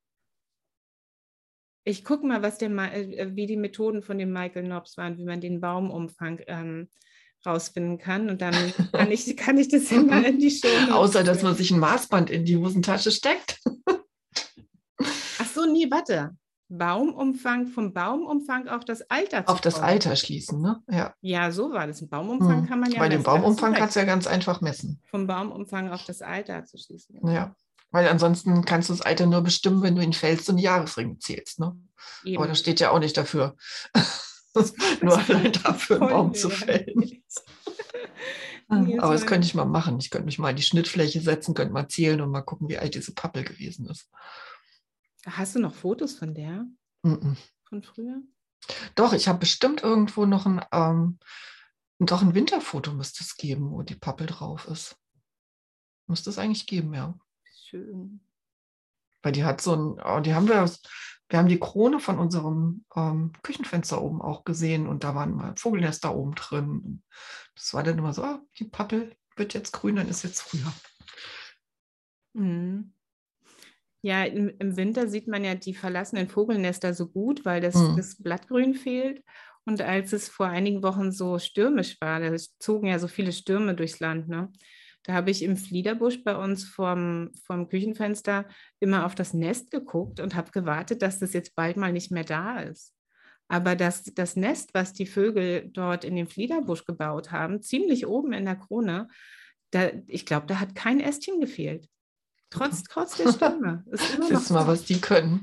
Ich gucke mal, was der, äh, wie die Methoden von dem Michael Knobs waren, wie man den Baumumfang ähm, rausfinden kann. Und dann kann ich, kann ich das ja mal in die Shownotes Außer, dass man stellen. sich ein Maßband in die Hosentasche steckt. Ach so, nee, warte. Baumumfang, vom Baumumfang auf das Alter zu Auf das kommen. Alter schließen, ne? Ja. Ja, so war das. Ein Baumumfang Hm. kann man ja Weil den messen. Da hast du Baumumfang kannst recht. du ja ganz einfach messen. Vom Baumumfang auf das Alter zu schließen. Genau. Ja. Weil ansonsten kannst du das Alter nur bestimmen, wenn du ihn fällst und die Jahresringe zählst, ne? Aber das Eben. steht ja auch nicht dafür. Das, Nur das allein dafür einen wollen Baum wir zu ja fällen. nicht. Nee, das Aber das könnte wollen ich mal machen. Ich könnte mich mal in die Schnittfläche setzen, könnte mal zählen und mal gucken, wie alt diese Pappel gewesen ist. Hast du noch Fotos von der, Mm-mm. von früher? Doch, ich habe bestimmt irgendwo noch ein, ähm, doch ein Winterfoto müsste es geben, wo die Pappel drauf ist. Müsste es eigentlich geben, ja. Schön. Weil die hat so ein, oh, die haben wir, wir haben die Krone von unserem ähm, Küchenfenster oben auch gesehen und da waren mal Vogelnester oben drin. Das war dann immer so, ah, die Pappel wird jetzt grün, dann ist jetzt früher. Mhm. Ja, im, im Winter sieht man ja die verlassenen Vogelnester so gut, weil das, Mhm. das Blattgrün fehlt. Und als es vor einigen Wochen so stürmisch war, da zogen ja so viele Stürme durchs Land, ne? Da habe ich im Fliederbusch bei uns vorm, vorm Küchenfenster immer auf das Nest geguckt und habe gewartet, dass das jetzt bald mal nicht mehr da ist. Aber das, das Nest, was die Vögel dort in dem Fliederbusch gebaut haben, ziemlich oben in der Krone, da, ich glaube, da hat kein Ästchen gefehlt. Super. Trotz, trotz der Stürme. Ist immer noch Siehst du mal, da. was die können.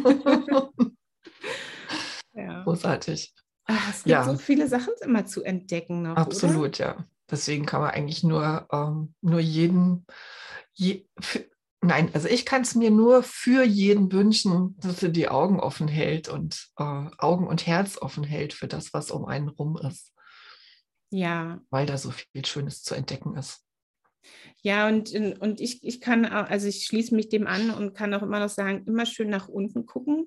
Ja. Großartig. Ah, es gibt so Ja, viele Sachen immer zu entdecken noch, oder? absolut, ja. Deswegen kann man eigentlich nur, ähm, nur jeden, je, für, nein, also ich kann es mir nur für jeden wünschen, dass er die Augen offen hält und äh, Augen und Herz offen hält für das, was um einen rum ist, Ja, weil da so viel Schönes zu entdecken ist. ja, und, und ich, ich kann, auch- also ich schließe mich dem an und kann auch immer noch sagen, immer schön nach unten gucken,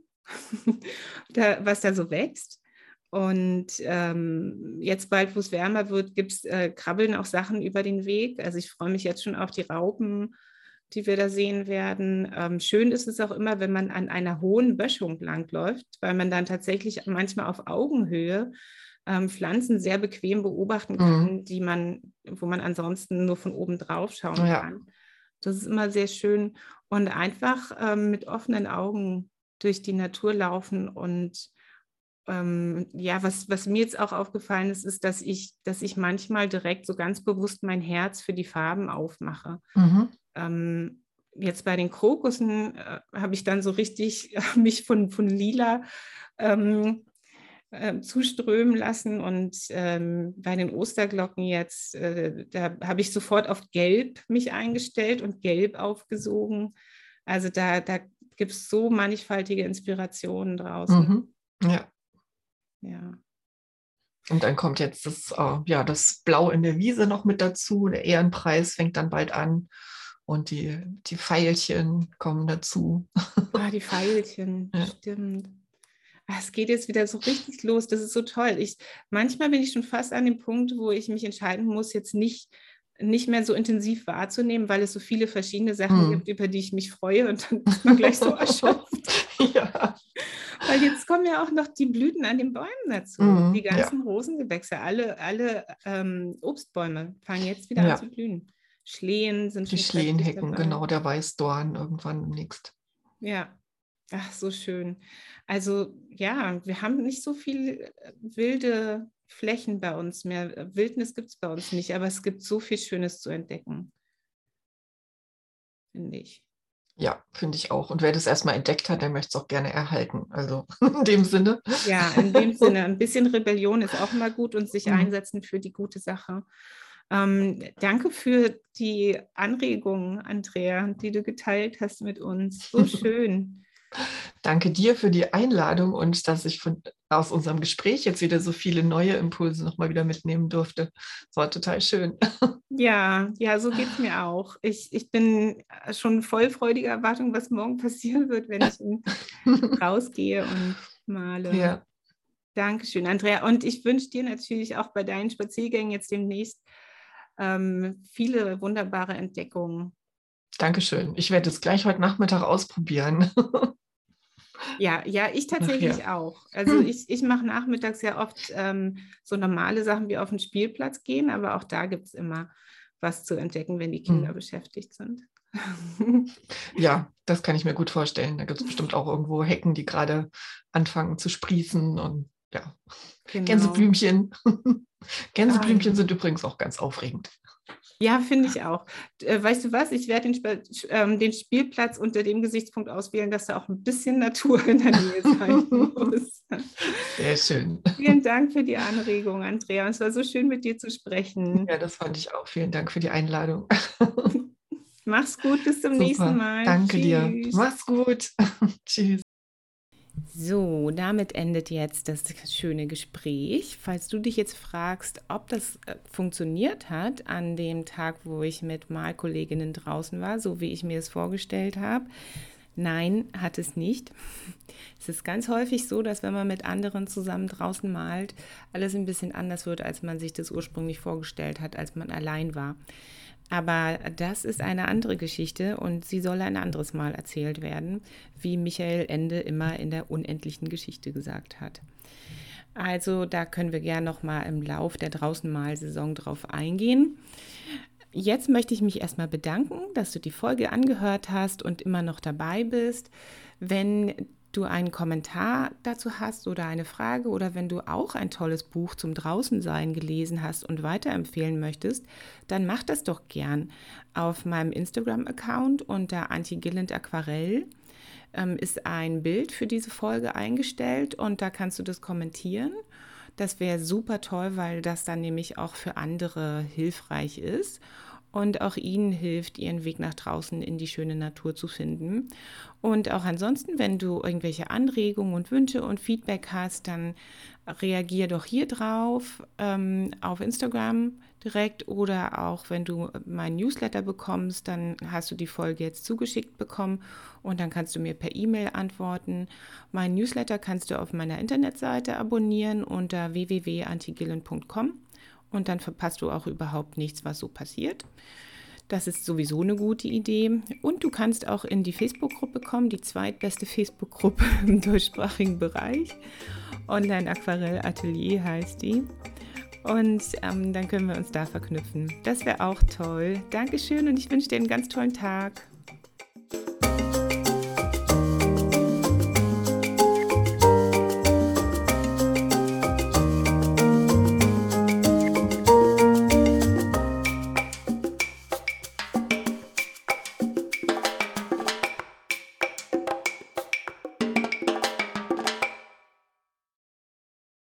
da, was da so wächst. Und ähm, jetzt bald, wo es wärmer wird, gibt's, äh, krabbeln auch Sachen über den Weg. Also ich freue mich jetzt schon auf die Raupen, die wir da sehen werden. Ähm, schön ist es auch immer, wenn man an einer hohen Böschung langläuft, weil man dann tatsächlich manchmal auf Augenhöhe ähm, Pflanzen sehr bequem beobachten Mhm. kann, die man, wo man ansonsten nur von oben drauf schauen Ja, kann. Das ist immer sehr schön und einfach ähm, mit offenen Augen durch die Natur laufen und ähm, ja, was, was mir jetzt auch aufgefallen ist, ist, dass ich, dass ich manchmal direkt so ganz bewusst mein Herz für die Farben aufmache. mhm. Ähm, Jetzt bei den Krokussen äh, habe ich dann so richtig äh, mich von, von Lila ähm, äh, zuströmen lassen und ähm, bei den Osterglocken jetzt, äh, da habe ich sofort auf Gelb mich eingestellt und Gelb aufgesogen. Also da, da gibt es so mannigfaltige Inspirationen draußen. Mhm. Ja. Ja. Und dann kommt jetzt das, äh, ja, das Blau in der Wiese noch mit dazu. Der Ehrenpreis fängt dann bald an und die, die Veilchen kommen dazu. Ah, die Veilchen, Ja. stimmt. Ah, es geht jetzt wieder so richtig los. Das ist so toll. Ich, manchmal bin ich schon fast an dem Punkt, wo ich mich entscheiden muss, jetzt nicht, nicht mehr so intensiv wahrzunehmen, weil es so viele verschiedene Sachen Hm. gibt, über die ich mich freue und dann ist man gleich so erschöpft. Ja. Weil jetzt kommen ja auch noch die Blüten an den Bäumen dazu. Die Mhm. Ja. ganzen Rosengewächse, alle, alle ähm, Obstbäume fangen jetzt wieder an Ja. zu blühen. Schlehen sind Die schon kräftig Schlehenhecken, dabei. genau, der Weißdorn irgendwann demnächst. Ja, ach, so schön. Also ja, wir haben nicht so viel äh, wilde Flächen bei uns mehr. Äh, Wildnis gibt es bei uns nicht, aber es gibt so viel Schönes zu entdecken, finde ich. Ja, finde ich auch. Und wer das erstmal entdeckt hat, der möchte es auch gerne erhalten. Also in dem Sinne. Ja, in dem Sinne, ein bisschen Rebellion ist auch mal gut und sich Mhm. einsetzen für die gute Sache. Ähm, danke für die Anregungen, Andrea, die du geteilt hast mit uns. So schön. Danke dir für die Einladung und dass ich von, aus unserem Gespräch jetzt wieder so viele neue Impulse nochmal wieder mitnehmen durfte. Das war total schön. Ja, ja, so geht es mir auch. Ich, ich bin schon voll freudiger Erwartung, was morgen passieren wird, wenn ich rausgehe und male. Ja, Dankeschön, Andrea. Und ich wünsche dir natürlich auch bei deinen Spaziergängen jetzt demnächst ähm, viele wunderbare Entdeckungen. danke schön. Ich werde es gleich heute Nachmittag ausprobieren. Ja, ja, ich Nachher. tatsächlich auch. Also Hm. ich, ich mache nachmittags ja oft ähm, so normale Sachen wie auf den Spielplatz gehen, aber auch da gibt es immer was zu entdecken, wenn die Kinder Hm. beschäftigt sind. Ja, das kann ich mir gut vorstellen. Da gibt es bestimmt auch irgendwo Hecken, die gerade anfangen zu sprießen und ja, Genau. Gänseblümchen. Ah, Gänseblümchen ja. sind übrigens auch ganz aufregend. Ja, finde ich auch. Äh, weißt du was? Ich werde den, Sp ähm, den Spielplatz unter dem Gesichtspunkt auswählen, dass da auch ein bisschen Natur in der Nähe sein muss. Sehr schön. Vielen Dank für die Anregung, Andrea. Und es war so schön, mit dir zu Ja, sprechen. das fand ich auch. Vielen Dank für die Einladung. Mach's gut, bis zum nächsten Super. Mal. Danke dir. Tschüss. Mach's gut. Tschüss. So, damit endet jetzt das schöne Gespräch. Falls du dich jetzt fragst, ob das äh, funktioniert hat an dem Tag, wo ich mit Malkolleginnen draußen war, so wie ich mir es vorgestellt habe, Nein, hat es nicht. Es ist ganz häufig so, dass wenn man mit anderen zusammen draußen malt, alles ein bisschen anders wird, als man sich das ursprünglich vorgestellt hat, als man allein war. Aber das ist eine andere Geschichte und sie soll ein anderes Mal erzählt werden, wie Michael Ende immer in der unendlichen Geschichte gesagt hat. Also da können wir gerne noch mal im Lauf der Draußenmalsaison drauf eingehen. Jetzt möchte ich mich erstmal bedanken, dass du die Folge angehört hast und immer noch dabei bist. Wenn du einen Kommentar dazu hast oder eine Frage oder wenn du auch ein tolles Buch zum Draußensein gelesen hast und weiterempfehlen möchtest, dann mach das doch gern. Auf meinem Instagram-Account unter Antje Gilland Aquarell ähm, ist ein Bild für diese Folge eingestellt und da kannst du das kommentieren. Das wäre super toll, weil das dann nämlich auch für andere hilfreich ist und auch ihnen hilft, ihren Weg nach draußen in die schöne Natur zu finden. Und auch ansonsten, wenn du irgendwelche Anregungen und Wünsche und Feedback hast, dann reagier doch hier drauf ähm, auf Instagram direkt oder auch wenn du meinen Newsletter bekommst, dann hast du die Folge jetzt zugeschickt bekommen und dann kannst du mir per E-Mail antworten. Mein Newsletter kannst du auf meiner Internetseite abonnieren unter w w w punkt antje gilland punkt com und dann verpasst du auch überhaupt nichts, was so passiert. Das ist sowieso eine gute Idee. Und du kannst auch in die Facebook-Gruppe kommen, die zweitbeste Facebook-Gruppe im deutschsprachigen Bereich. Online Aquarell Atelier heißt die. Und ähm, dann können wir uns da verknüpfen. Das wäre auch toll. Dankeschön und ich wünsche dir einen ganz tollen Tag.